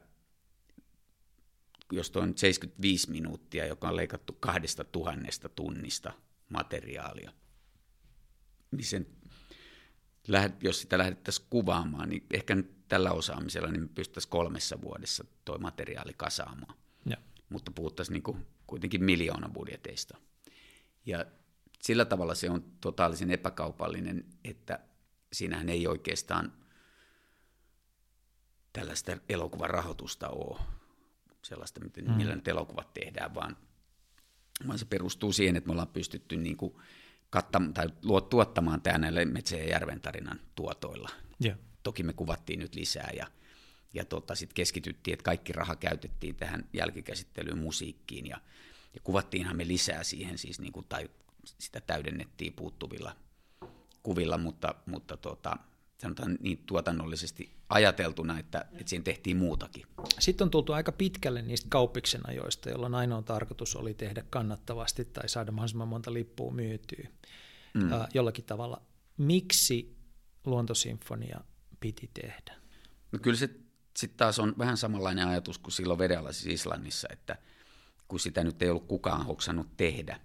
jos tuo on seitsemänkymmentäviisi minuuttia, joka on leikattu kahdesta tuhannesta tunnista materiaalia, niin sen jos sitä lähdettäisiin kuvaamaan, niin ehkä nyt tällä osaamisella niin me pystyttäisiin kolmessa vuodessa tuo materiaali kasaamaan. Ja. Mutta puhuttaisiin niin kuin kuitenkin miljoona budjeteista. Ja sillä tavalla se on totaalisen epäkaupallinen, että siinähän ei oikeastaan tällaista elokuvarahoitusta ole, sellaista, miten, mm. millä nyt elokuvat tehdään, vaan, vaan se perustuu siihen, että me ollaan pystytty niin kuin kattam- tai tuottamaan tämä näille Metsän ja Järventarinan tuotoilla. Yeah. Toki me kuvattiin nyt lisää ja, ja tota, sitten keskityttiin, että kaikki raha käytettiin tähän jälkikäsittelyyn, musiikkiin ja, ja kuvattiinhan me lisää siihen siis, niin kuin, tai sitä täydennettiin puuttuvilla kuvilla, mutta, mutta tota, sanotaan niin tuotannollisesti ajateltuna, että, että siinä tehtiin muutakin. Sitten on tultu aika pitkälle niistä kauppiksen ajoista, jolloin ainoa tarkoitus oli tehdä kannattavasti tai saada mahdollisimman monta lippua myytyä mm. äh, jollakin tavalla. Miksi Luontosinfonia piti tehdä? No kyllä se sitten taas on vähän samanlainen ajatus kuin silloin Vedenalaisessa Islannissa, että kun sitä nyt ei ollut kukaan hoksannut tehdä,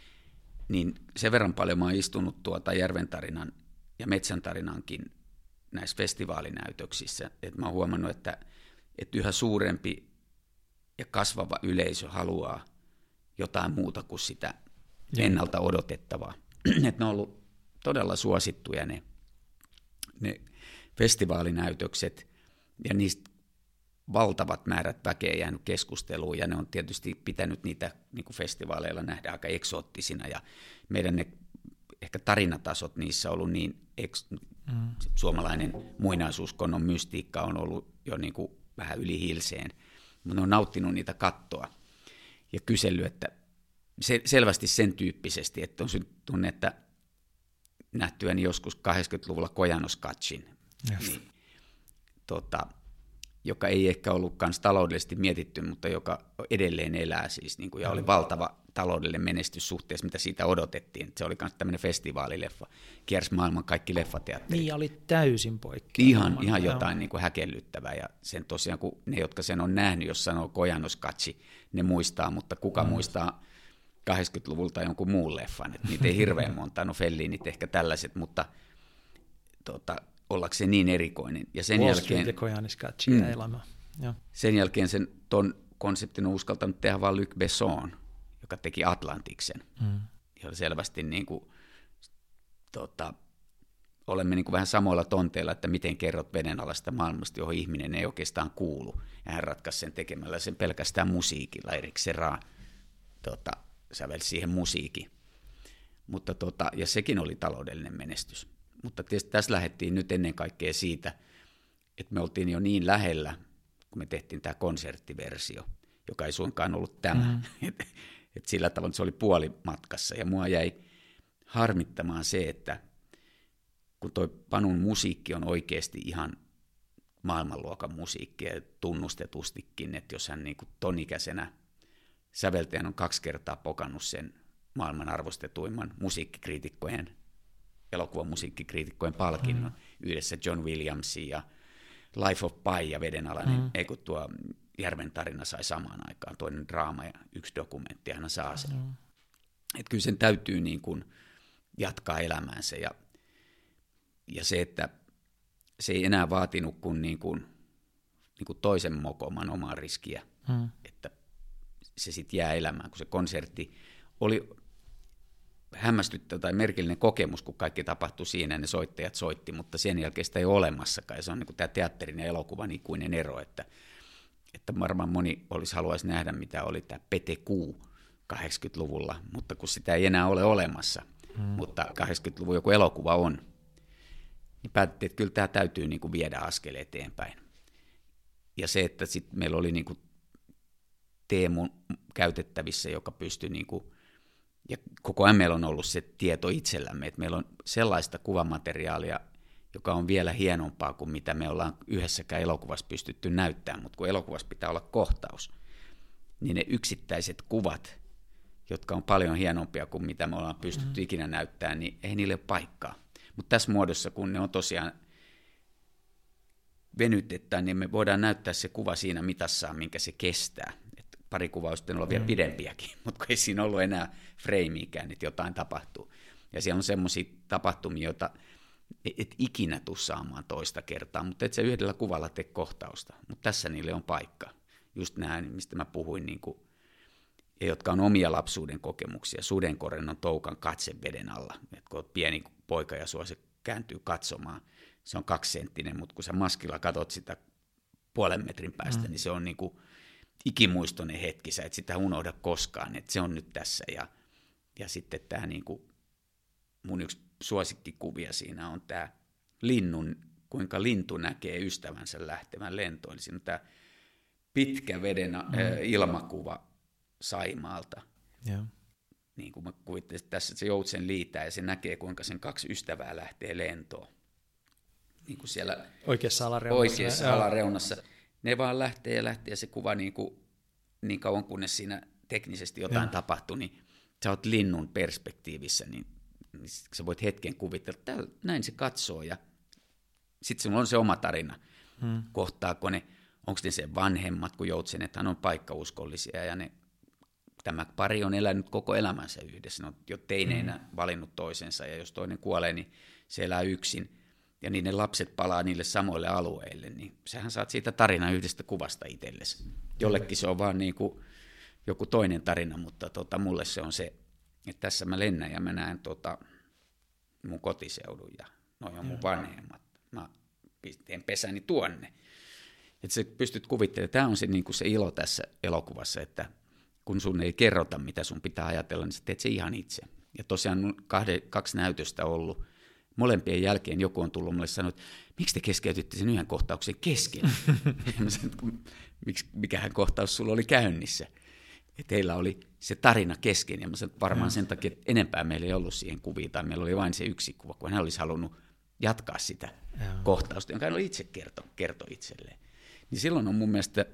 niin sen verran paljon mä oon istunut tuota Järventarinan ja Metsäntarinankin näissä festivaalinäytöksissä, että mä oon huomannut, että, että yhä suurempi ja kasvava yleisö haluaa jotain muuta kuin sitä ennalta odotettavaa. Että ne on ollut todella suosittuja ne, ne festivaalinäytökset, ja niistä valtavat määrät väkeä jäänyt keskusteluun, ja ne on tietysti pitänyt niitä niin kuin festivaaleilla nähdä aika eksoottisina, ja meidän ne ehkä tarinatasot niissä on ollut niin, eks, mm. suomalainen muinaisuuskonnon mystiikka on ollut jo niin kuin vähän yli hilseen, mutta ne on nauttinut niitä kattoa ja kysellyt, että se, selvästi sen tyyppisesti, että on tunne, että nähtyäni joskus kahdeksankymmentäluvulla Kojanoskatsin, yes. niin, tota, joka ei ehkä ollut kans taloudellisesti mietitty, mutta joka edelleen elää siis, niin kuin, ja oli valtava taloudellinen menestys suhteessa, mitä siitä odotettiin. Se oli myös tämmöinen festivaalileffa, kiersi maailman kaikki leffateatterit. Niin, oli täysin poikki. Ihan, ihan jotain niin kuin häkellyttävää, ja sen tosiaan, kun ne, jotka sen on nähnyt, jos sanoo Kojanoskatsi, ne muistaa, mutta kuka mm. muistaa kahdeksankymmentäluvulta jonkun muun leffan, että niitä ei hirveän monta, no Fellinit ehkä tällaiset, mutta tota, ollakseen niin erikoinen. Ja sen Wall jälkeen, ja Kojanoskatsi mm, ja elämä. Ja. Sen jälkeen sen ton konseptin on uskaltanut tehdä vain Luc Besson, joka teki Atlantiksen. Mm. Ja selvästi niin kuin, tota, olemme niin kuin vähän samoilla tonteilla, että miten kerrot vedenalaista maailmasta, johon ihminen ei oikeastaan kuulu. Ja hän ratkaisi sen tekemällä sen pelkästään musiikilla. Erik Serra tota, sävelsi siihen musiikin. Mutta, tota, ja sekin oli taloudellinen menestys. Mutta tietysti tässä lähdettiin nyt ennen kaikkea siitä, että me oltiin jo niin lähellä, kun me tehtiin tämä konserttiversio, joka ei suinkaan ollut tämä. Mm. Et, et sillä tavalla se oli puolimatkassa. Ja mua jäi harmittamaan se, että kun toi Panun musiikki on oikeasti ihan maailmanluokan musiikkia tunnustetustikin, että jos hän niin kuin ton ikäisenä säveltäjän on kaksi kertaa pokannut sen maailman arvostetuimman musiikkikriitikkojen elokuvan musiikkikriitikkojen palkinnon mm. yhdessä John Williamsin ja Life of Pi ja Vedenalainen, mm. ei kun tuo Järventarina sai samaan aikaan, toinen draama ja yksi dokumentti, hän saa sen. Mm. Että kyllä sen täytyy niin kuin jatkaa elämäänsä ja, ja se, että se ei enää vaatinut kuin, niin kuin, niin kuin toisen mokoman omaa riskiä, mm. että se sitten jää elämään, kun se konsertti oli hämmästyttävä tai merkillinen kokemus, kun kaikki tapahtui siinä, ne soittajat soitti, mutta sen jälkeen sitä ei ole olemassakaan. Ja se on niin kuin tämä teatterin ja elokuvan ikuinen ero, että, että varmaan moni olisi haluaisi nähdä, mitä oli tämä Pete Kuu kahdeksankymmentäluvulla, mutta kun sitä ei enää ole olemassa, hmm. mutta kahdeksankymmentäluvun joku elokuva on, niin päätettiin, että kyllä tämä täytyy niin kuin viedä askel eteenpäin. Ja se, että sitten meillä oli niin kuin Teemu käytettävissä, joka pystyi niin kuin ja koko ajan meillä on ollut se tieto itsellämme, että meillä on sellaista kuvamateriaalia, joka on vielä hienompaa kuin mitä me ollaan yhdessäkään elokuvassa pystytty näyttämään, mutta kun elokuvassa pitää olla kohtaus, niin ne yksittäiset kuvat, jotka on paljon hienompia kuin mitä me ollaan pystytty mm. ikinä näyttämään, niin ei niille ole paikkaa. Mutta tässä muodossa, kun ne on tosiaan venytetään, niin me voidaan näyttää se kuva siinä mitassaan, minkä se kestää. Pari kuvaa olisi olla vielä pidempiäkin, mutta kun ei siinä ollut enää freimiikään, että jotain tapahtuu. Ja siellä on semmoisia tapahtumia, joita et ikinä tule saamaan toista kertaa, mutta et sä yhdellä kuvalla tee kohtausta. Mutta tässä niille on paikka. Just nämä, mistä mä puhuin, niin kuin, jotka on omia lapsuuden kokemuksia. Sudenkorennon toukan katse veden alla. Et kun olet pieni poika ja sua se kääntyy katsomaan, se on kaksisenttinen, mutta kun sä maskilla katot sitä puolen metrin päästä, mm. niin se on niin kuin ikimuistoinen hetki, sä et sitä unohda koskaan, että se on nyt tässä. Ja, ja sitten tämä niin kuin, mun yksi suosikkikuvia siinä on tämä linnun, kuinka lintu näkee ystävänsä lähtevän lentoon. Eli siinä on tämä pitkä veden mm. äh, ilmakuva Saimaalta. Yeah. Niin kuin mä kuvittelin, että tässä se joutsen liitää ja se näkee, kuinka sen kaksi ystävää lähtee lentoon. Niin kuin siellä oikeassa alareunassa. Oikeassa alareunassa. Ne vaan lähtee ja lähtee ja se kuva niin, kuin, niin kauan, kunnes siinä teknisesti jotain ja. tapahtui, niin sä oot linnun perspektiivissä, niin, niin sä voit hetken kuvitella, että näin se katsoo ja sitten sinulla on se oma tarina. Hmm. Kohtaako ne, onko ne sen vanhemmat, kun joutsenethan on paikkauskollisia ja ne, tämä pari on elänyt koko elämänsä yhdessä. Ne on jo teineinä hmm. valinnut toisensa ja jos toinen kuolee, niin se elää yksin. Ja niin ne lapset palaa niille samoille alueille, niin sähän saat siitä tarinaa yhdestä kuvasta itsellesi. Jollekin se on vaan niin kuin joku toinen tarina, mutta tota, mulle se on se, että tässä mä lennän ja mä näen tota mun kotiseudun ja noi on mun vanhemmat. Mä teen pesäni tuonne. Että sä pystyt kuvittelemaan, tämä on se, niin kuin se ilo tässä elokuvassa, että kun sun ei kerrota, mitä sun pitää ajatella, niin sä teet se ihan itse. Ja tosiaan on kahde, kaksi näytöstä ollut. Molempien jälkeen joku on tullut mulle sanoa, että miksi te keskeytytte sen yhden kohtauksen kesken? Miksi, mikähän kohtaus sulla oli käynnissä? Ja teillä oli se tarina kesken, ja mä sanoin, varmaan sen takia, että enempää meillä ei ollut siihen kuviin, tai meillä oli vain se yksi kuva, kun hän olisi halunnut jatkaa sitä ja. kohtausta, jonka hän oli itse kerto, kerto itselleen. Niin silloin on mun mielestä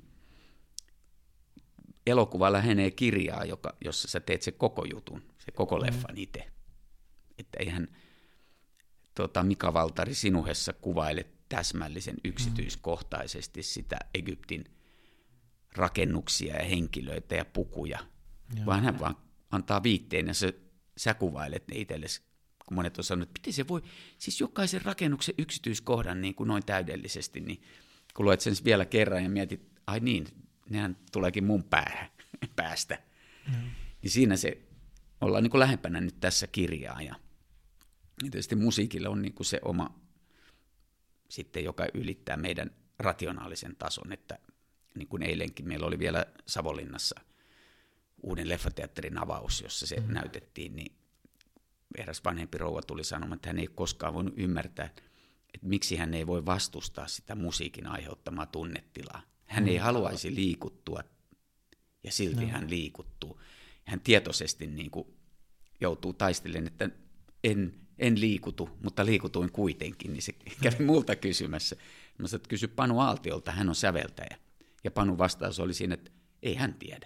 elokuva lähenee kirjaa, joka, jossa sä teet se koko jutun, se koko mm. leffan itse. Että eihän tota, Mika Valtari Sinuhessa kuvaile täsmällisen yksityiskohtaisesti sitä Egyptin rakennuksia ja henkilöitä ja pukuja, Joo. vaan hän vaan antaa viitteen ja sä, sä kuvailet ne itsellesi. Kun monet on sanonut, että miten se voi, siis jokaisen rakennuksen yksityiskohdan niin kuin noin täydellisesti, niin kun luet sen vielä kerran ja mietit, ai niin, nehän tuleekin mun päähän, päästä. Mm. Niin siinä se ollaan niin kuin lähempänä nyt tässä kirjaa. Ja tietysti musiikille on niin kuin se oma, sitten, joka ylittää meidän rationaalisen tason, että niin kuin eilenkin meillä oli vielä Savonlinnassa uuden leffateatterin avaus, jossa se mm. näytettiin, niin eräs vanhempi rouva tuli sanomaan, että hän ei koskaan voinut ymmärtää, että miksi hän ei voi vastustaa sitä musiikin aiheuttamaa tunnetilaa. Hän mm. ei haluaisi liikuttua, ja silti no. hän liikuttuu. Hän tietoisesti niin kuin joutuu taistelemaan, että en, en liikutu, mutta liikutuin kuitenkin, niin se kävi multa kysymässä. Mä sanoin, että kysy Panu Aaltiolta, hän on säveltäjä. Ja Panun vastaus oli siinä, että ei hän tiedä.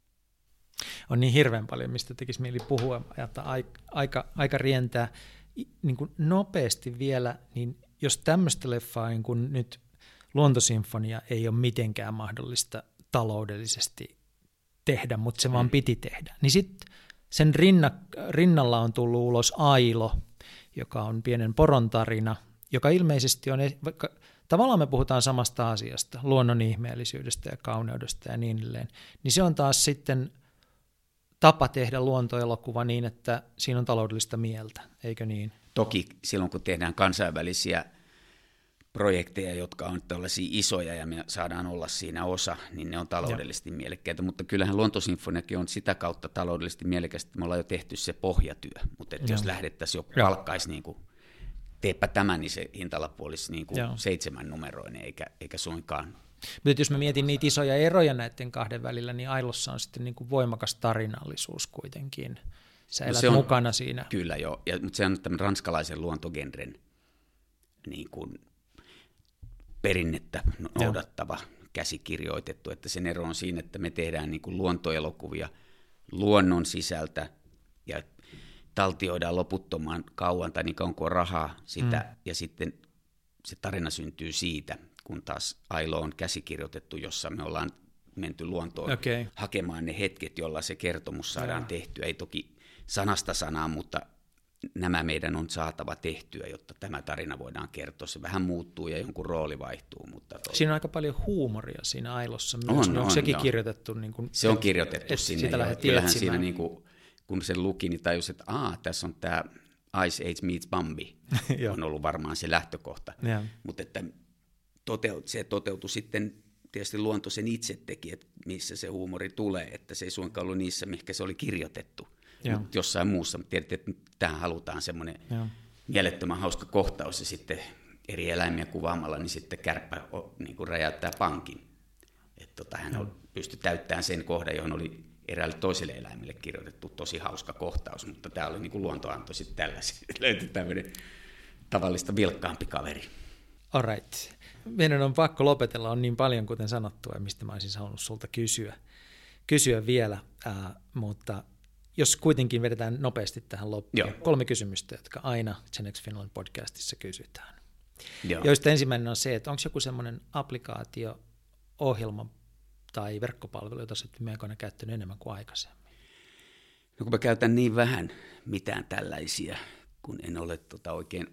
On niin hirveän paljon, mistä tekisi mieli puhua, että aika, aika rientää niin kuin nopeasti vielä, niin jos tämmöistä leffaa niin kuin nyt Luontosinfonia ei ole mitenkään mahdollista taloudellisesti tehdä, mutta se vaan piti tehdä, niin sitten sen rinna, rinnalla on tullut ulos Ailo, joka on pienen poron tarina, joka ilmeisesti on, vaikka tavallaan me puhutaan samasta asiasta, luonnon ihmeellisyydestä ja kauneudesta ja niin edelleen, niin se on taas sitten tapa tehdä luontoelokuva niin, että siinä on taloudellista mieltä, eikö niin? Toki silloin, kun tehdään kansainvälisiä projekteja, jotka on tällaisia isoja ja me saadaan olla siinä osa, niin ne on taloudellisesti ja. mielekkäitä, mutta kyllähän Luontosinfoniakin on sitä kautta taloudellisesti mielekästä, että me ollaan jo tehty se pohjatyö, mutta että jos lähdettäisiin jo palkkaisi niin kuin teepä tämä, niin se hintalappu olisi niin kuin seitsemän numeroinen, eikä, eikä suinkaan. Mutta jos mä mietin niitä isoja eroja näiden kahden välillä, niin Ailossa on sitten niin kuin voimakas tarinallisuus kuitenkin. Sä elät no on, mukana siinä. Kyllä joo, ja, mutta se on tämän ranskalaisen luontogenren niin kuin perinnettä noudattava, joo. käsikirjoitettu, että sen ero on siinä, että me tehdään niin kuin luontoelokuvia luonnon sisältä ja taltioidaan loputtomaan kauan tai niin kauan kuin on rahaa sitä, mm. ja sitten se tarina syntyy siitä, kun taas Ailo on käsikirjoitettu, jossa me ollaan menty luontoon okay. hakemaan ne hetket, jolla se kertomus saadaan ja. tehtyä. Ei toki sanasta sanaan, mutta nämä meidän on saatava tehtyä, jotta tämä tarina voidaan kertoa. Se vähän muuttuu ja jonkun rooli vaihtuu. Mutta siinä on aika paljon huumoria siinä Ailossa myös. On, on, on sekin jo. kirjoitettu? Niin kuin, se on kirjoitettu et, sinne. Et kyllähän siinä, niin kuin, kun se luki, niin tajus, että Aa, tässä on tämä Ice Age meets Bambi. on ollut varmaan se lähtökohta. Mutta että toteut, se toteutui sitten, tietysti luonto sen itse teki, että missä se huumori tulee, että se ei suinkaan ollut niissä, mihinkä se oli kirjoitettu, mutta jossain muussa. Mutta tiedätte, että tähän halutaan semmoinen mielettömän hauska kohtaus, ja sitten eri eläimiä kuvaamalla, niin sitten kärppä niin kuin räjäyttää pankin. Että tota, hän no. pystyi täyttämään sen kohdan, johon oli eräälle toiselle eläimelle kirjoitettu tosi hauska kohtaus, mutta tämä oli niin kuin luonto antoi sitten tällaisen. Löytyi tämmöinen tavallista vilkkaampi kaveri. All right. Meidän on pakko lopetella, on niin paljon kuten sanottua, mistä mä olisin halunnut sulta kysyä, kysyä vielä, äh, mutta jos kuitenkin vedetään nopeasti tähän loppuun. Joo. Kolme kysymystä, jotka aina Gen X Finland podcastissa kysytään. Joo. Joista ensimmäinen on se, että onko joku semmoinen applikaatio, ohjelma tai verkkopalvelu, jota olet viime aikoina käyttänyt enemmän kuin aikaisemmin? No kun mä käytän niin vähän mitään tällaisia, kun en ole tota oikein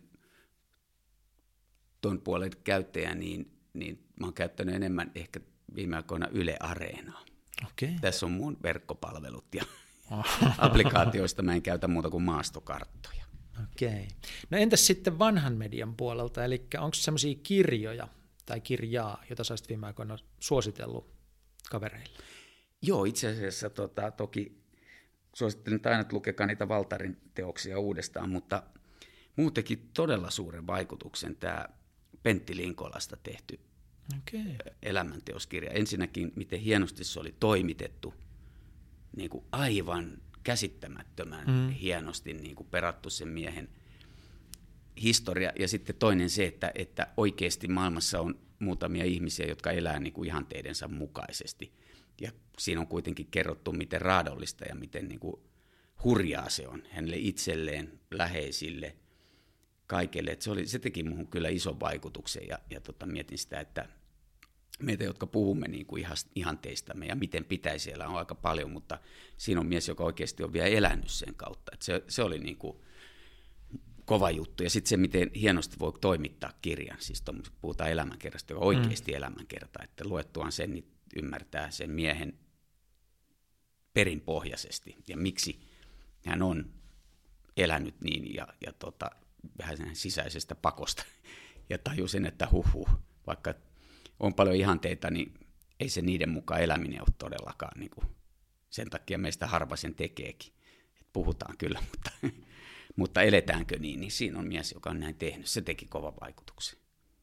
tuon puolen käyttäjä, niin, niin mä oon käyttänyt enemmän ehkä viime aikoina Yle Areenaa. Okay. Tässä on mun verkkopalvelut ja applikaatioista mä en käytä muuta kuin maastokarttoja. Okei. Okay. No entäs sitten vanhan median puolelta, eli onko semmoisia kirjoja tai kirjaa, jota sä olisit viime aikoina suositellut kavereille? Joo, itse asiassa tota, toki suosittelen aina, että lukekaa niitä Valtarin teoksia uudestaan, mutta muu teki todella suuren vaikutuksen tämä Pentti Linkolasta tehty okay. elämänteoskirja. Ensinnäkin, miten hienosti se oli toimitettu, niin kuin aivan käsittämättömän mm. hienosti niin kuin perattu sen miehen historia. Ja sitten toinen se, että, että oikeasti maailmassa on muutamia ihmisiä, jotka elää niin kuin ihanteidensa mukaisesti. Ja siinä on kuitenkin kerrottu, miten raadollista ja miten niin kuin hurjaa se on hänelle itselleen, läheisille, kaikille. Että se, oli, se teki minuun kyllä ison vaikutuksen ja, ja tota, mietin sitä, että meitä, jotka puhumme niin kuin ihanteistamme ja miten pitäisi elää, on aika paljon, mutta siinä on mies, joka oikeasti on vielä elänyt sen kautta. Että se, se oli niin kuin kova juttu. Ja sitten se, miten hienosti voi toimittaa kirjan, siis puhutaan elämänkerrasta, joka oikeasti mm. elämänkerta, että luettuaan sen, niin ymmärtää sen miehen perinpohjaisesti ja miksi hän on elänyt niin ja, ja tota, vähän sen sisäisestä pakosta ja tajusin, että huhhuh, vaikka on paljon ihanteita, niin ei se niiden mukaan eläminen ole todellakaan. Niin kuin, sen takia meistä harva sen tekeekin. Et puhutaan kyllä, mutta, mutta eletäänkö niin, niin siinä on mies, joka on näin tehnyt. Se teki kovan vaikutuksen.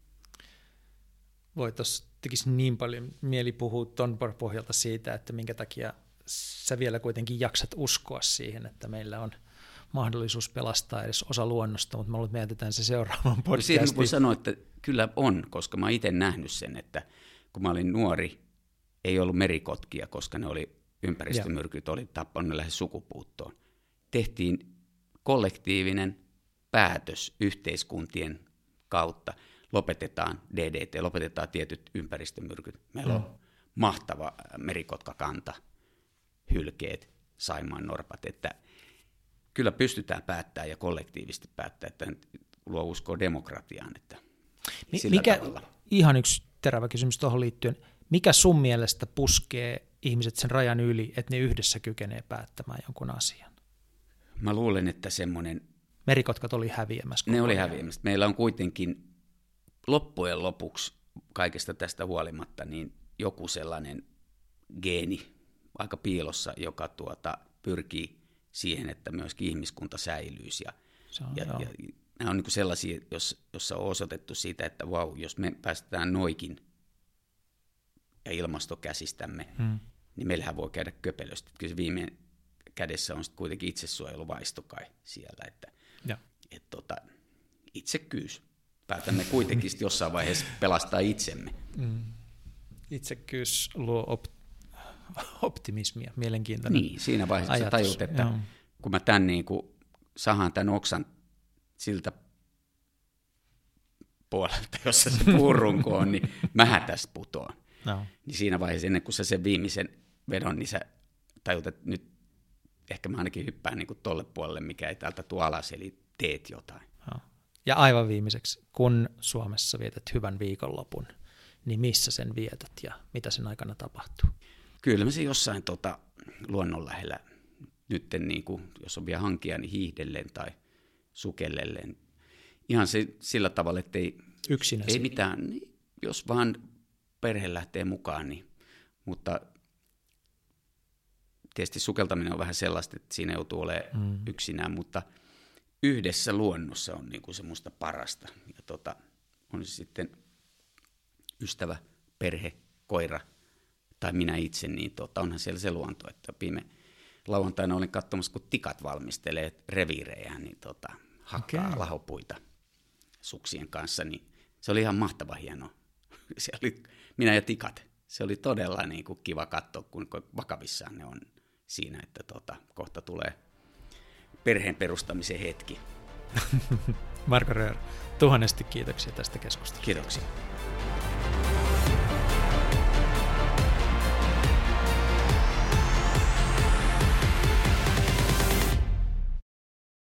Voi tuossa tekisi niin paljon mieli puhua ton pohjalta siitä, että minkä takia sä vielä kuitenkin jaksat uskoa siihen, että meillä on mahdollisuus pelastaa edes osa luonnosta, mutta mä luulen, että me jätetään se seuraavan podcastiin. Siitä voi sanoa, että kyllä on, koska mä oon itse nähnyt sen, että kun mä olin nuori, ei ollut merikotkia, koska ne oli ympäristömyrkyt, oli tappanut lähes sukupuuttoon. Tehtiin kollektiivinen päätös yhteiskuntien kautta. Lopetetaan D D T, lopetetaan tietyt ympäristömyrkyt. Meillä on mm. mahtava merikotkakanta, hylkeet, Saimaan norpat, että kyllä pystytään päättämään ja kollektiivisesti päättämään, että luo uskoa demokratiaan. Että mikä, tavalla. Ihan yksi terävä kysymys tuohon liittyen. Mikä sun mielestä puskee ihmiset sen rajan yli, että ne yhdessä kykenee päättämään jonkun asian? Mä luulen, että semmoinen... Merikotkat oli häviämässä. Ne oli häviämässä. Meillä on kuitenkin loppujen lopuksi kaikesta tästä huolimatta niin joku sellainen geeni aika piilossa, joka tuota, pyrkii siihen, että myöskin ihmiskunta säilyisi. Ja, on, ja, ja nämä on niin kuin sellaisia, jos, jossa on osoitettu siitä, että vau, wow, jos me päästetään noikin ja ilmastokäsistämme, hmm. niin meillähän voi käydä köpelösti. Kyllä se viime kädessä on sitten kuitenkin itsesuojeluvaisto kai siellä, että et, tota, itsekkyys. Päätämme kuitenkin jossain vaiheessa pelastaa itsemme. Hmm. Itsekkyys luo op- optimismia, mielenkiintoinen Niin, siinä vaiheessa ajatus. Tajut, että Joo. kun mä tämän niin kuin sahaan tämän oksan siltä puolelta, jossa se puurunko on, niin mähän tästä putoan. No. Niin siinä vaiheessa, ennen kuin sä sen viimeisen vedon, niin sä tajut, että nyt ehkä mä ainakin hyppään niin kuin tolle puolelle, mikä ei täältä tuo alas, eli teet jotain. No. Ja aivan viimeiseksi, kun Suomessa vietät hyvän viikonlopun, niin missä sen vietät ja mitä sen aikana tapahtuu? Kyllä mä se jossain tota, luonnon lähellä, nyt niin kuin, jos on vielä hankia, niin hiihdellen tai sukellellen. Ihan se, sillä tavalla, että ei, ei mitään, niin, jos vaan perhe lähtee mukaan, niin, mutta tietysti sukeltaminen on vähän sellaista, että siinä joutuu olemaan mm. yksinään, mutta yhdessä luonnossa on niin kuin semmoista parasta. Ja tota, on se sitten ystävä, perhe, koira tai minä itse, niin tota, onhan siellä se luonto, että viime lauantaina olin katsomassa, kun tikat valmistelee reviirejä, niin tota, hakkaa okay. lahopuita suksien kanssa, niin se oli ihan mahtava hieno. Se oli minä ja tikat. Se oli todella niin kuin kiva katsoa, kun vakavissaan ne on siinä, että tota, kohta tulee perheen perustamisen hetki. Marko Röör, tuhannesti kiitoksia tästä keskustelusta. Kiitoksia.